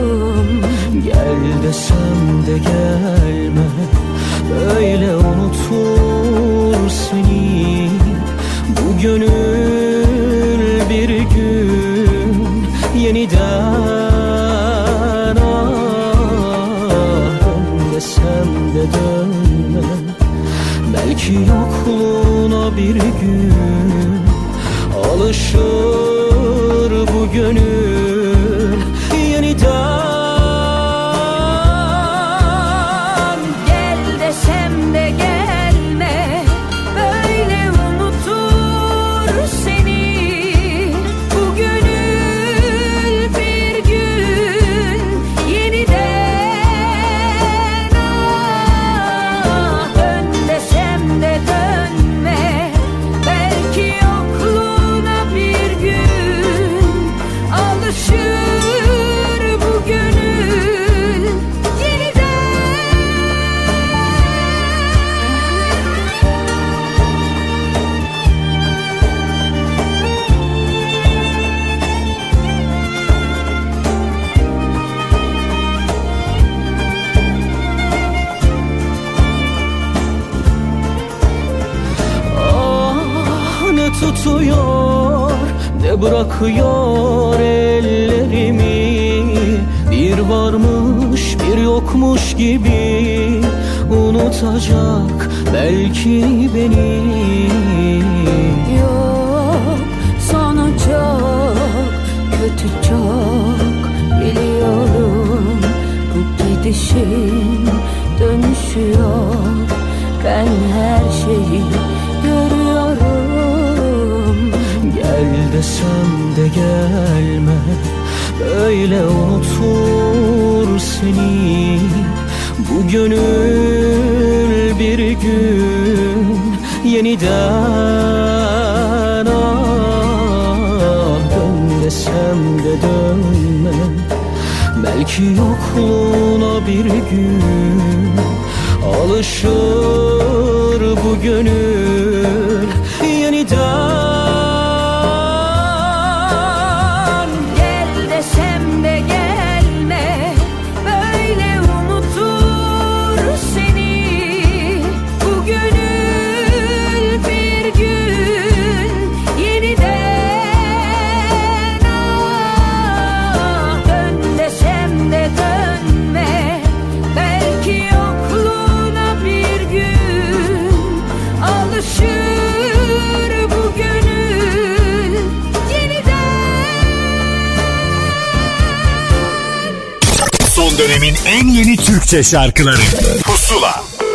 [SPEAKER 12] Gel desem de gelme, böyle unutur seni. Bu gönül bir gün yeniden dön desem de dönme. Belki yokluğuna bir gün alışır bu gönül yeniden.
[SPEAKER 3] Gel desem de gelme,
[SPEAKER 12] tutuyor ne bırakıyor ellerimi. Bir varmış bir yokmuş gibi unutacak belki beni.
[SPEAKER 3] Yok sana çok kötü çok biliyorum. Bu gidişin dönüşü yok. Ben her şeyi görüyorum.
[SPEAKER 12] Gel desem de gelme, böyle unutur seni. Bu gönül bir gün yeniden dön desem de dönme. Belki yokluğuna bir gün alışır bu gönül yeniden.
[SPEAKER 3] Gel desem de gelme, böyle unutur seni. Bu gönül bir gün yeniden dön desem de dönme. Belki yokluğuna bir gün alışır bu gönül yeniden.
[SPEAKER 1] Son dönemin en yeni Türkçe şarkıları Pusula.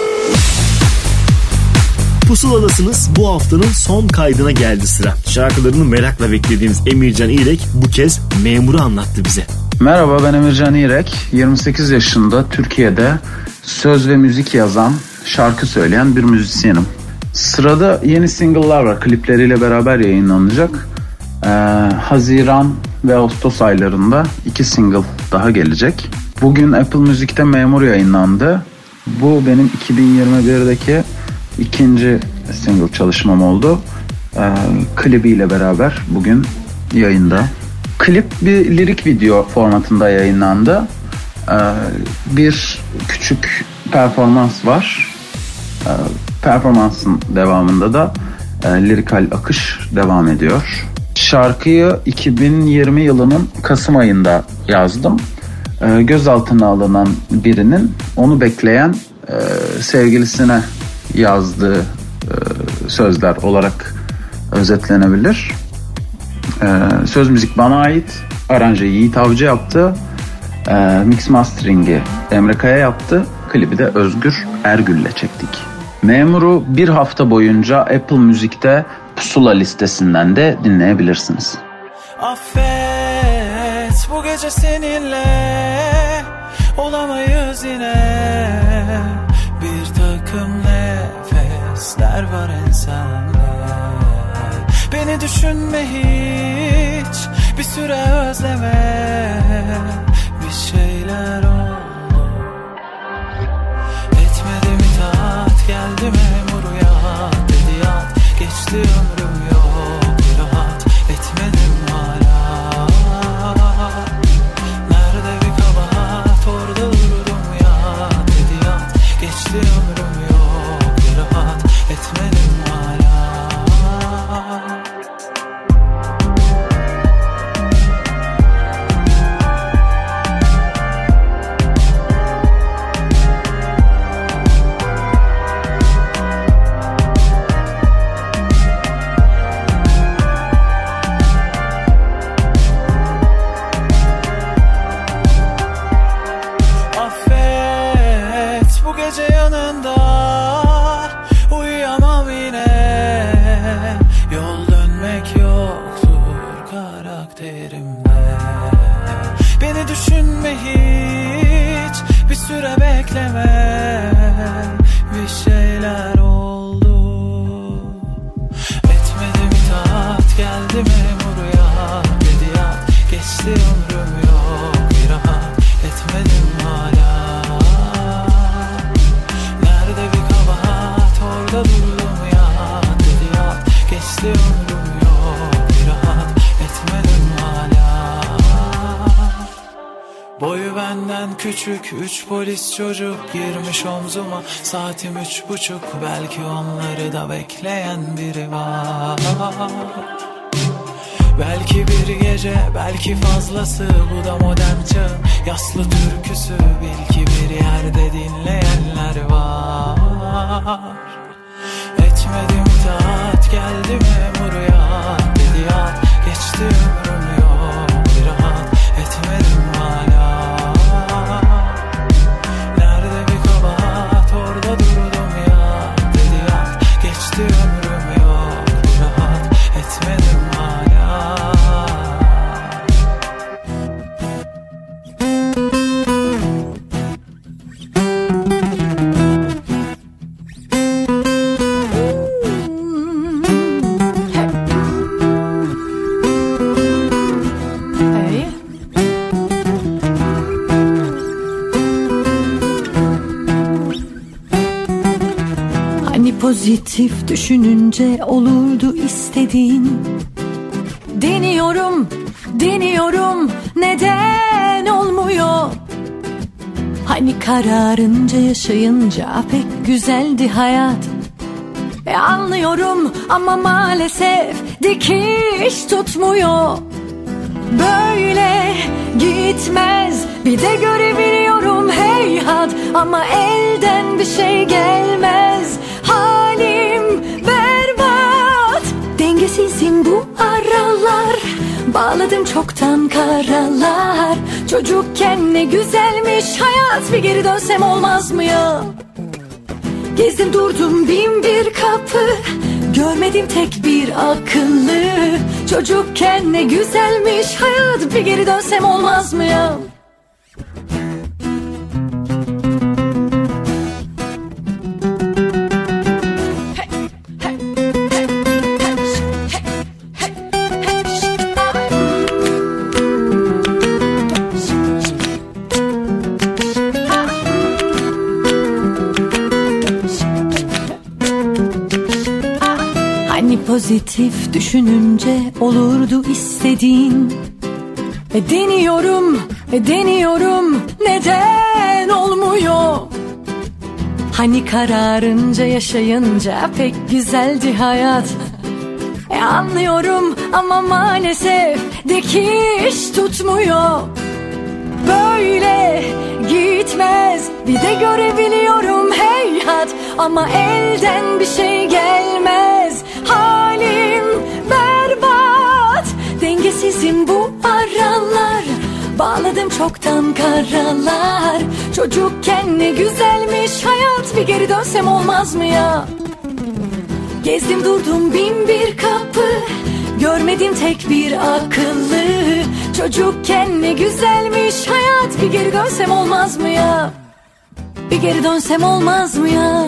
[SPEAKER 2] Pusuladasınız, bu haftanın son kaydına geldi sıra. Şarkılarını merakla beklediğimiz Emircan İrek bu kez Memur'u anlattı bize.
[SPEAKER 16] Merhaba, ben Emircan İrek. 28 yaşında Türkiye'de söz ve müzik yazan, şarkı söyleyen bir müzisyenim. Sırada yeni single'lar var, klipleriyle beraber yayınlanacak. Haziran ve Ağustos aylarında 2 single daha gelecek. Bugün Apple Müzik'te Memur yayınlandı. Bu benim 2021'deki ikinci single çalışmam oldu. Klibiyle beraber bugün yayında. Klip bir lirik video formatında yayınlandı. Bir küçük performans var. Performansın devamında da lirikal akış devam ediyor. Şarkıyı 2020 yılının Kasım ayında yazdım. Gözaltına alınan birinin onu bekleyen sevgilisine yazdığı sözler olarak özetlenebilir. Söz müzik bana ait. Aranjeyi Yiğit Avcı yaptı. Mix mastering'i Emre Kaya yaptı. Klibi de Özgür Ergül'le çektik. Memur'u bir hafta boyunca Apple Müzik'te Pusula listesinden de dinleyebilirsiniz.
[SPEAKER 4] Affet, bu gece seninle olamayız yine. Bir takım nefesler var ensende. Beni düşünme hiç, bir süre özleme. Bir şeyler oldu, etmedim itaat. Geldi memur yat, dedi yat. Geçti ömrüm yok rahat, etmedim hala. Nerede bir kabahat, orada dururum yat, dedi yat. Geçti ömrüm yok rahat, etmedim hala. Beni düşünme hiç, bir süre bekleme. Bir şeyler oldu, etmedim itaat. Geldi memur yat, dedi yat. Geçti ömrüm yok bir rahat, etmedim hala. Nerede bir kabahat, orada durdum yat, dedi yat. Geçti ömrüm yok bir rahat, etmedim hala. Boyu benden küçük 3 polis çocuk girmiş omzuma. Saatim 3.30, belki onları da bekleyen biri var. Belki bir gece, belki fazlası, bu da modern çağın yaslı türküsü. Bil ki bir yerde dinleyenler var. Etmedim taat, geldi memur ya, dedi yat, geçti ömrüm yok bir rahat, etmedim hala. Nerede bir kabahat, orada durdum ya, dedi yat, geçti ömrüm yok bir rahat, etmedim hala.
[SPEAKER 17] Pozitif düşününce olurdu istediğin. Deniyorum, deniyorum, neden olmuyor? Hani kararınca yaşayınca pek güzeldi hayat. Anlıyorum ama maalesef dikiş tutmuyor. Böyle gitmez, bir de görebiliyorum heyhat, ama elden bir şey gelmez. Halim berbat, dengesizim bu aralar. Bağladım çoktan karalar. Çocukken ne güzelmiş hayat, bir geri dönsem olmaz mı ya? Gezdim durdum bin bir kapı, görmedim tek bir akıllı. Çocukken ne güzelmiş hayat, bir geri dönsem olmaz mı ya? Pozitif düşününce olurdu istediğin. Deniyorum, deniyorum, neden olmuyor? Hani kararınca yaşayınca pek güzeldi hayat. Anlıyorum ama maalesef dikiş tutmuyor. Böyle gitmez, bir de görebiliyorum heyhat, ama elden bir şey gelmez. Halim berbat, dengesizim bu aralar. Bağladım çoktan karalar. Çocukken ne güzelmiş hayat, bir geri dönsem olmaz mı ya? Gezdim durdum bin bir kapı, görmedim tek bir akıllı. Çocukken ne güzelmiş hayat, bir geri dönsem olmaz mı ya? Bir geri dönsem olmaz mı ya?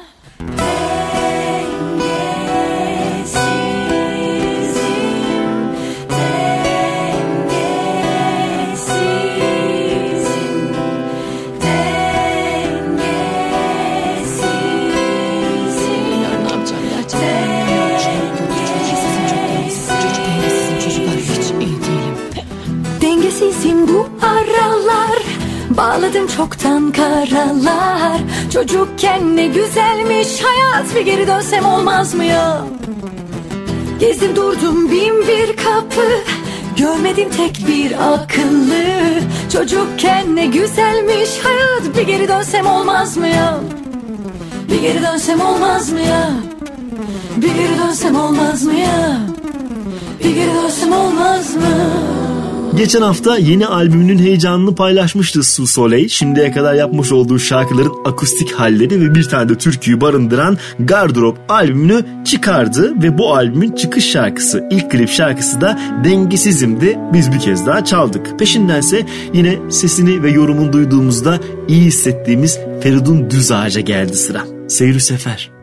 [SPEAKER 17] Dengesizim bu aralar. Bağladım çoktan karalar. Çocukken ne güzelmiş hayat, bir geri dönsem olmaz mı ya? Gezdim durdum bin bir kapı, görmedim tek bir akıllı. Çocukken ne güzelmiş hayat, bir geri dönsem olmaz mı ya? Bir geri dönsem olmaz mı ya? Bir geri dönsem olmaz mı ya? Bir geri dönsem olmaz mı?
[SPEAKER 2] Geçen hafta yeni albümünün heyecanını paylaşmıştı Su Soleil. Şimdiye kadar yapmış olduğu şarkıların akustik halleri ve bir tane de türküyü barındıran Gardırop albümünü çıkardı ve bu albümün çıkış şarkısı, ilk klip şarkısı da Dengesizim'di. Biz bir kez daha çaldık. Peşindense yine sesini ve yorumunu duyduğumuzda iyi hissettiğimiz Feridun Düzağaç'a geldi sıra. Seyir-ü Sefer.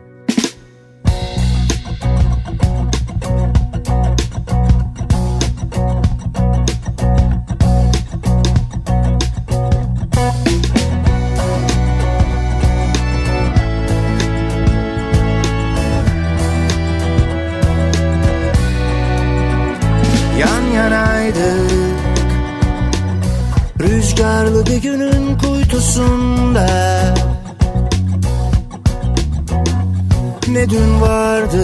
[SPEAKER 5] Rüzgarlı bir günün kuytusunda. Ne dün vardı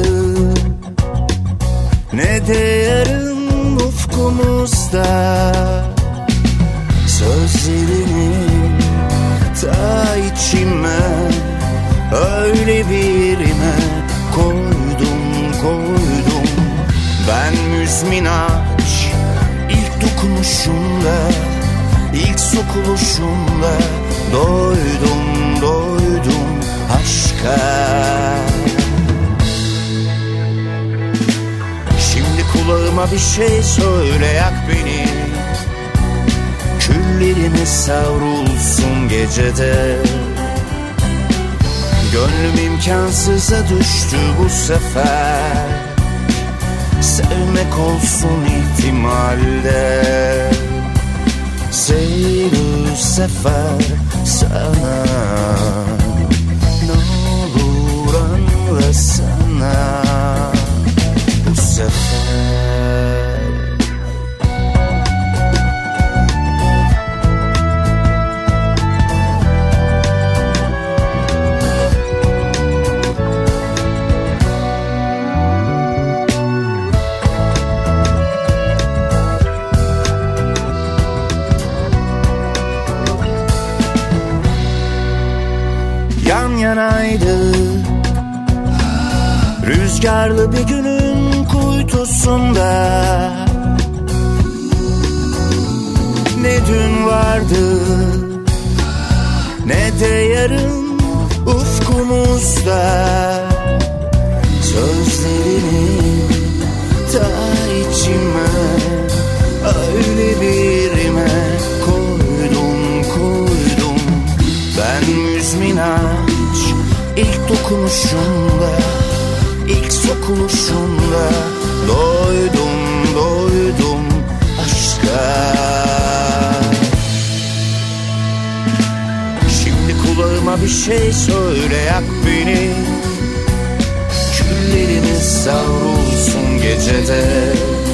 [SPEAKER 5] ne de yarın ufkumuzda. Sözlerini ta içime öyle birine koydum. Ben müzminaç ilk dokunuşumda, ilk sokuluşumda doydum aşka. Şimdi kulağıma bir şey söyle, yak beni. Küllerimi savrulsun gecede. Gönlüm imkansıza düştü bu sefer. Sevmek olsun ihtimalde. Seyir sefer sana. Ne olur anlasana bu sefer. Yan yanaydı rüzgarlı bir günün kuytusunda. Ne dün vardı ne de yarın ufkumuzda. Sözlerini ta içime öyle birime koydum. Ben müzminaç ilk dokunuşumda, ilk sokuluşumda doydum aşka. Şimdi kulağıma bir şey söyle, yak beni. Küllerimiz savrulsun gecede.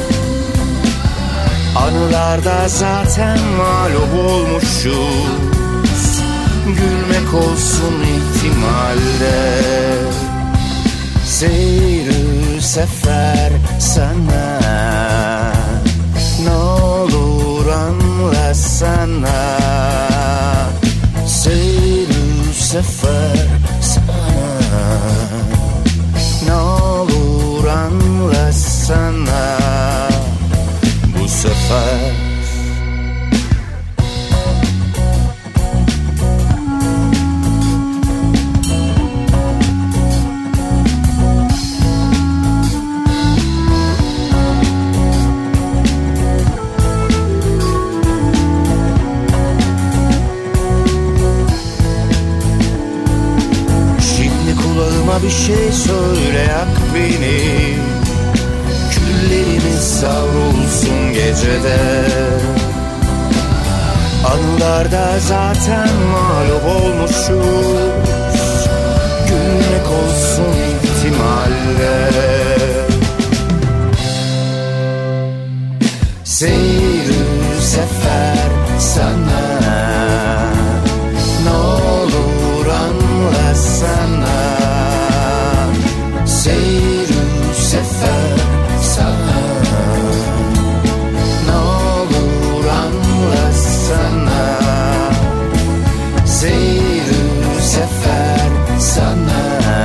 [SPEAKER 5] Anılarda zaten mağlup olmuşuz. Gülmek olsun ihtimalde. Seyir sefer sana. Ne olur anlasana. Seyir sefer sana. Ne olur anlasana bu sefer. Bir şey söyle, yak beni. Küllerimiz savrulsun gecede. Anılarda zaten mağlup olmuşuz. Gülmek olsun ihtimalle. Seyir sefer sana. Ne olur anlasana. Seyir sefer sana. Ne olur anlasana. Seyir sefer sana.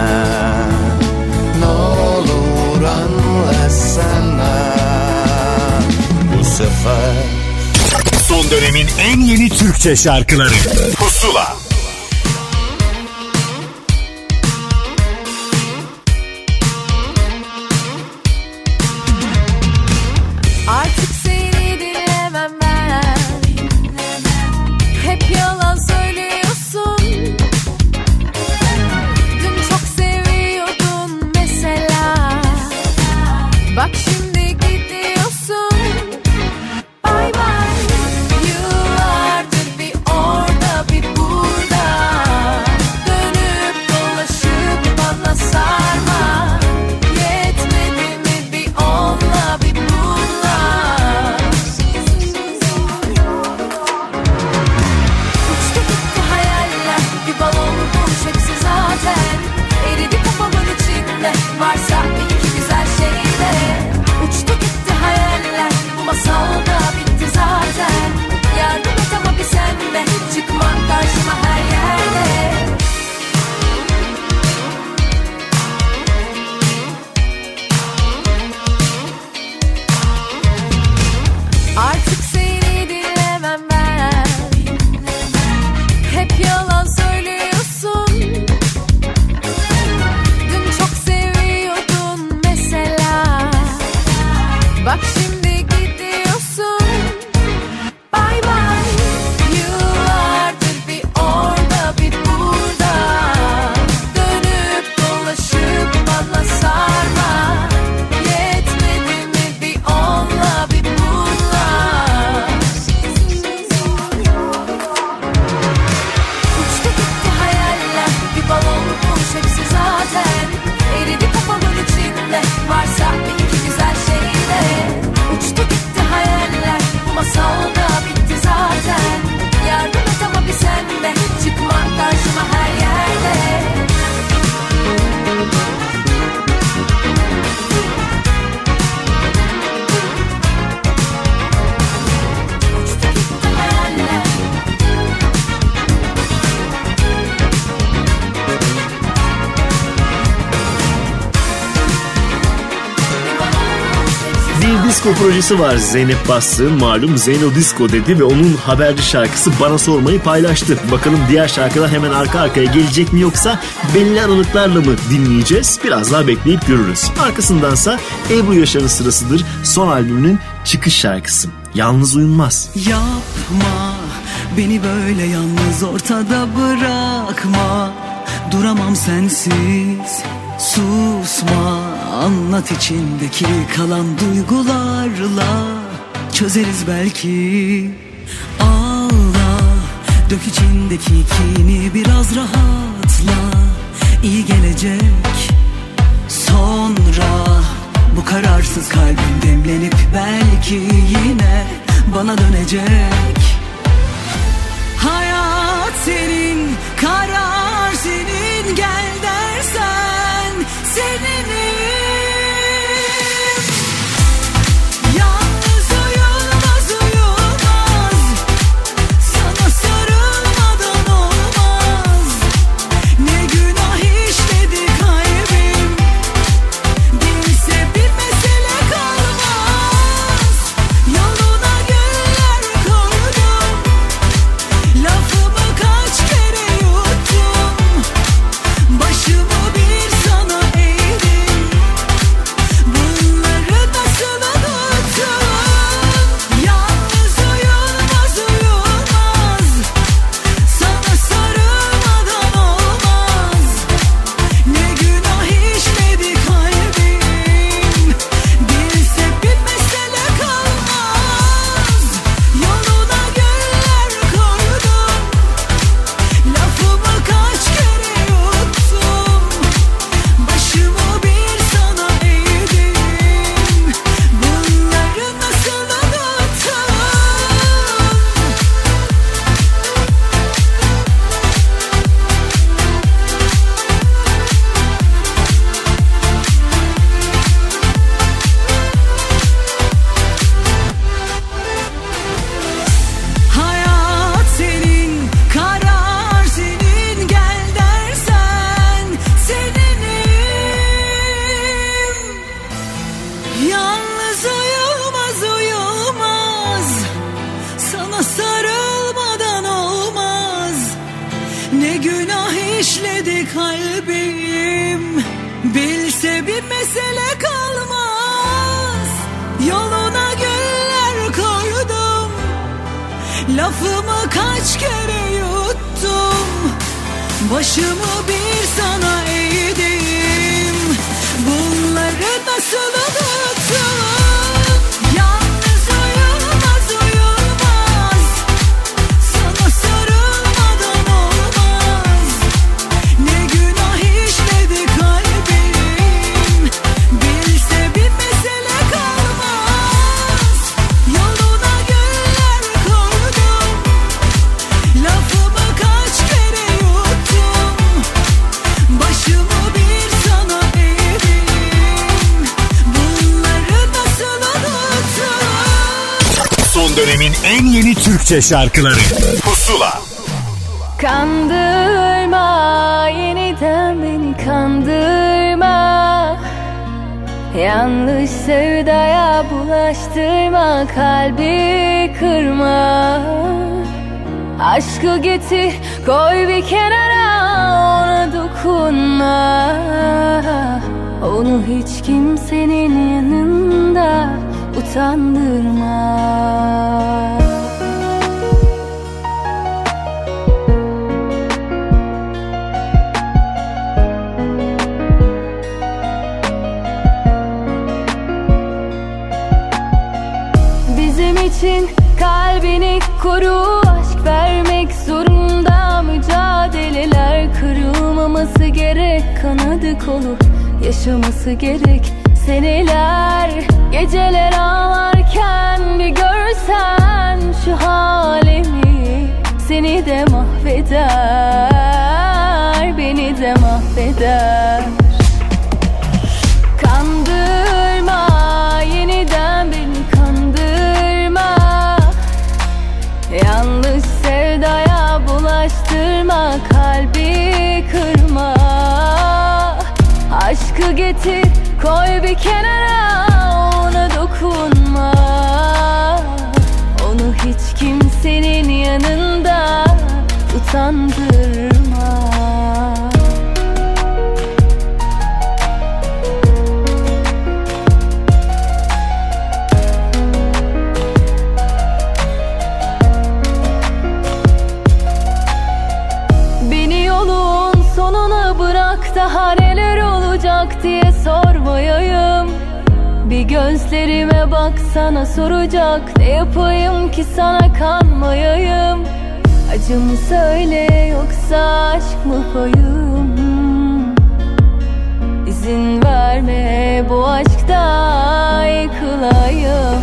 [SPEAKER 5] Ne olur anlasana bu sefer.
[SPEAKER 1] Son dönemin en yeni Türkçe şarkıları Pusula.
[SPEAKER 17] Artık seni dinlemem ben. Hep yalan söylüyorsun. Dün çok seviyordun mesela. Bak şimdi gidiyorsun. Bye bye. Yıllardır bir orada bir burada. varsa bir iki güzel şeyle. Uçtu gitti hayaller, bu masal da bitti zaten. Yardım et ama bir sen de, çıkma karşıma her yerde. Artık seni dinlemem ben. Hep yalan söylüyorsun. Dün çok seviyordun mesela. Bak şimdi gidiyorsun. Bye bye. Yıllardır bir orada bir burada. Dönüp dolaşıp bana sarma. Yetmedi mi bir onla bir bunla. Uçtu gitti hayaller, bir balonmuş hepsi zaten. Eridi kafamın içinde, varsa bir iki güzel şeyle. Uçtu gitti hayaller, bu masal da bitti zaten. Yardım et ama bir sen de, çıkma karşıma her yerde.
[SPEAKER 2] Bir disco projesi var Zeynep Bastık'ın, malum Zeyno Disco dedi ve onun haberci şarkısı Bana Sormayı paylaştı. Bakalım diğer şarkılar hemen arka arkaya gelecek mi yoksa belli aralıklarla mı dinleyeceğiz? Biraz daha bekleyip görürüz. Arkasındansa Ebru Yaşar'ın sırasıdır, son albümünün çıkış şarkısı Yalnız Uyunmaz.
[SPEAKER 18] Yapma beni böyle yalnız ortada bırakma, duramam sensiz. Susma, anlat içindeki kalan duygularla, çözeriz belki. Ağla, dök içindeki kini, biraz rahatla, iyi gelecek. Sonra bu kararsız kalbin demlenip belki yine bana dönecek. Hayat senin, karar senin, gel dersen seninim. Yalnız uyulmaz uyulmaz, sana sarılmadan olmaz. Ne günah işledi kalbim, bilse bir mesele kalmaz. Yoluna güller koydum, lafımı kaç kere yuttum. Başımı bir sana eğdim, bunları nasıl unuttun? Yalnız uyulmaz uyulmaz, sana sarılmadan olmaz. Ne günah işledi kalbim, bilse bir mesele kalmaz. Yoluna güller koydum, lafımı kaç kere yuttum. Başımı bir sana eğdim, bunları nasıl unuttun? Hayat senin, karar senin, gel dersen seninim. Yalnız uyulmaz uyulmaz, sana sarılmadan olmaz. Ne günah işledi kalbim, bilse bir mesele kalmaz. Yoluna güller koydum, lafımı kaç kere yuttum. Başımı bir sana eğdim, bunları nasıl unuttun? Yalnız uyulmaz uyulmaz, sana sarılmadan olmaz. Ne günah işledi kalbim, bilse bir mesele kalmaz. Yoluna güller koydum, lafımı kaç kere yuttum. Başımı bir
[SPEAKER 1] Son dönemin en yeni Türkçe şarkıları Pusula.
[SPEAKER 17] Kandırma, yeniden beni kandırma. Yanlış sevdaya bulaştırma, kalbi kırma. Aşkı getir, koy bir kenara, ona dokunma. Onu hiç kimsenin yanında utandırma. Bizim için kalbini koru, aşk vermek zorunda. Mücadeleler kırılmaması gerek, kanadı kolu yaşaması gerek. Seneler, geceler ağlarken bir görsen şu halimi, seni de mahveder, beni de mahveder. Kandırma, yeniden beni kandırma. Yanlış sevdaya bulaştırma, kalbi kırma. Aşkı getir, koy bir kenara, ona dokunma. Onu hiç kimsenin yanında utandırma. Beni yolun sonuna bırak, daha neler olacak diye sormayayım. Bir gözlerime baksana, soracak ne yapayım ki sana kanmayayım. Acı mı söyle, yoksa aşk mı payım? İzin verme bu aşkta yıkılayım.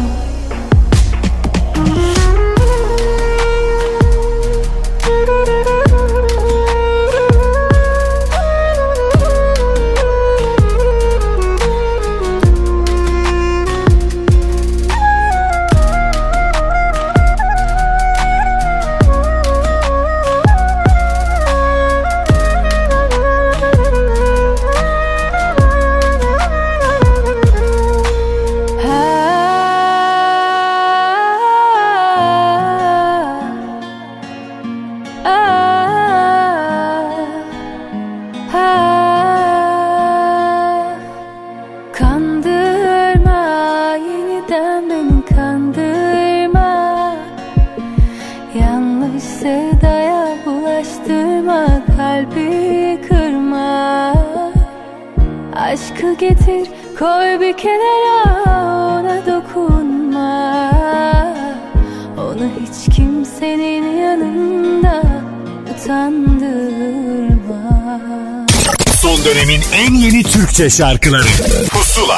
[SPEAKER 17] Aşkı getir, koy bir kenara, ona dokunma. Onu hiç kimsenin yanında utandırma.
[SPEAKER 1] Son dönemin en yeni Türkçe şarkıları Pusula.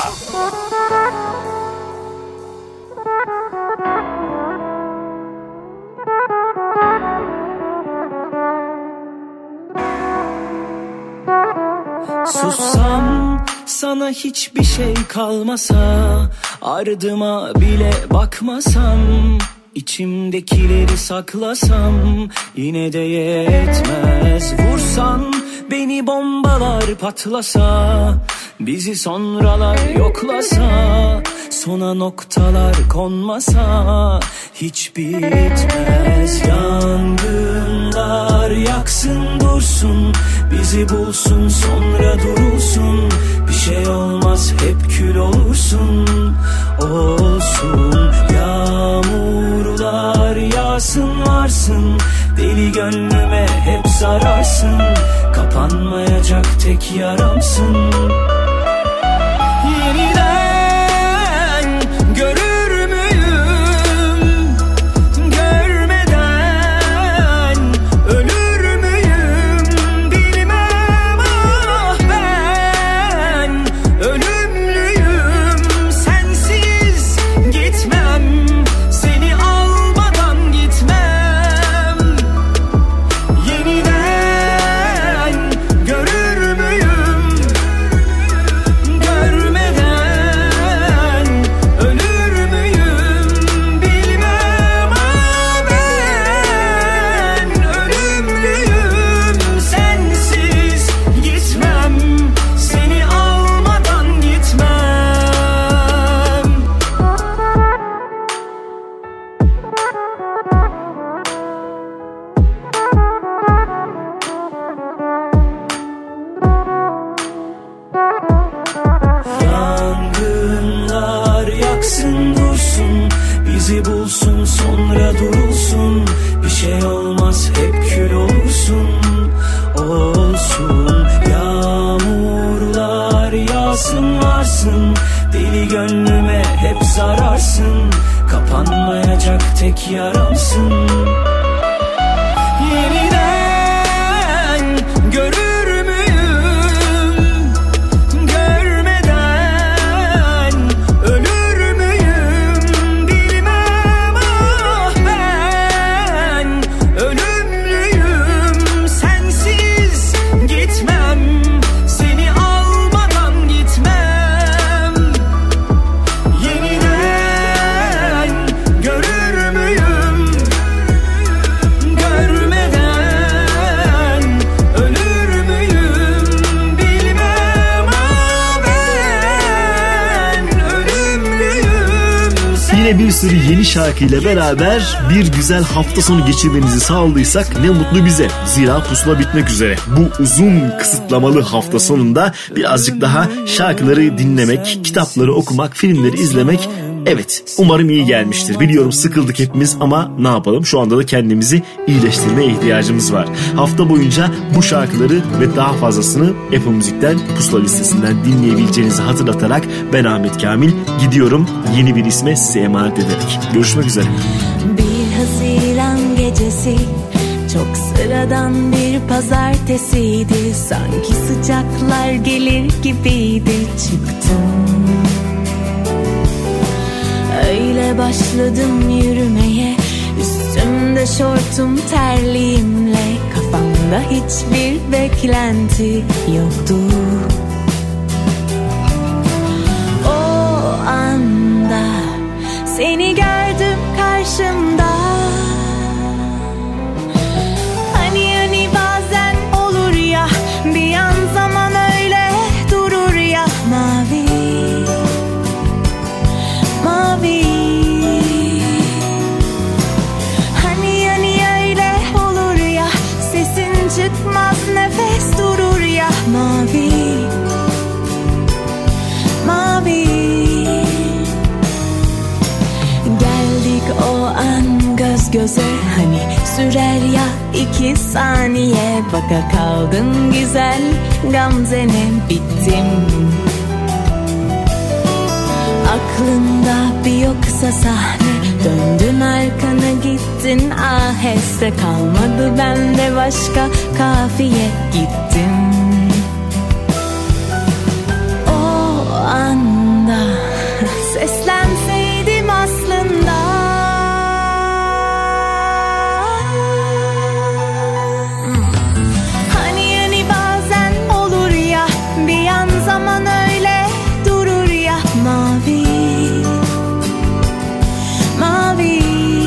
[SPEAKER 12] Sussam sana hiçbir şey kalmasa, ardıma bile bakmasam, içimdekileri saklasam yine de yetmez. Vursan beni bombalar patlasa, bizi sonralar yoklasa, sona noktalar konmasa hiç bitmez. Yangınlar yaksın dursun, bizi bulsun sonra durulsun. Bir şey olmaz, hep kül olursun. Olsun yağmurlar yağsın varsın, deli gönlüme hep zararsın. Kapanmayacak tek yaramsın. Yeniden görür müyüm? Görmeden ölür müyüm? Bilmem ah ben ölümlüyüm. Sensiz gitmem, seni almadan gitmem. Yeniden görür müyüm? bizi bulsun sonra durulsun. Bir şey olmaz hep kül olsun. Olsun yağmurlar yağsın varsın. Deli gönlüme hep zararsın. Kapanmayacak tek yaramsın. Yeniden görür müyüm? Görmeden ölür müyüm? Bilmem ah ben ölümlüyüm. Sensiz gitmem, seni almadan gitmem. Yeniden görür müyüm? Görmeden ölür müyüm? Bilmem ah ben ölümlüyüm.
[SPEAKER 2] Yine bir sürü yeni şarkıyla beraber bir güzel hafta sonu geçirmenizi sağladıysak ne mutlu bize. Zira pusula bitmek üzere. Bu uzun kısıtlamalı hafta sonunda birazcık daha şarkıları dinlemek, kitapları okumak, filmleri izlemek, evet umarım iyi gelmiştir. Biliyorum sıkıldık hepimiz ama ne yapalım, şu anda da kendimizi iyileştirmeye ihtiyacımız var. Hafta boyunca bu şarkıları ve daha fazlasını Apple Müzik'ten, Pusula listesinden dinleyebileceğinizi hatırlatarak ben Ahmet Kamil gidiyorum yeni bir isme size emanet ederek. Görüşmek üzere.
[SPEAKER 17] Bir Haziran gecesi, çok sıradan bir pazartesiydi. Sanki sıcaklar gelir gibiydi. Çıktım, öyle başladım yürümeye. Üstümde şortum terliğimle, kafamda hiçbir beklenti yoktu. O anda seni gördüm karşımda. Hani bazen olur ya, bir an zaman öyle durur ya. Mavi, mavi. Hani öyle olur ya, sesin çıkmaz nefes durur ya. Mavi, mavi. Geldik o an göz göze, hani sürer ya 2 saniye. Baka kaldın güzel gamzene, bittim. Aklında bir yoksa sahne, döndün arkana gittin aheste. Kalmadı bende başka kafiye, gittim. O anda seslenseydim aslında. Hani bazen olur ya, bir an zaman öyle durur ya. Mavi, mavi.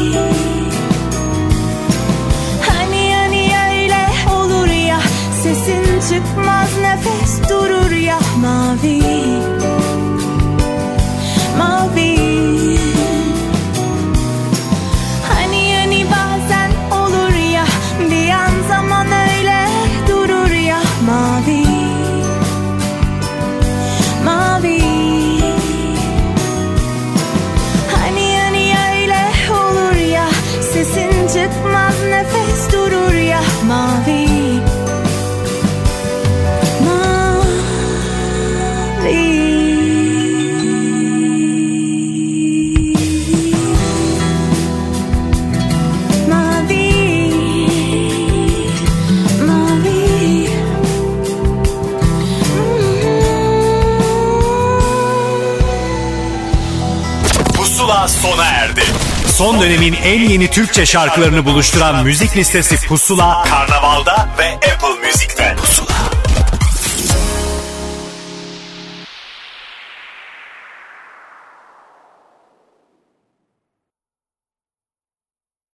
[SPEAKER 17] Hani öyle olur ya, sesin çıkmaz nefes durur ya. Mavi, mavi. Hani bazen olur ya, bir an zaman öyle durur ya. Mavi, mavi. Hani öyle olur ya, sesin çıkmaz nefes durur ya. Mavi,
[SPEAKER 1] sona erdi. Son dönemin en yeni Türkçe şarkılarını buluşturan müzik listesi Pusula, Karnaval'da ve Apple Müzik'te. Pusula.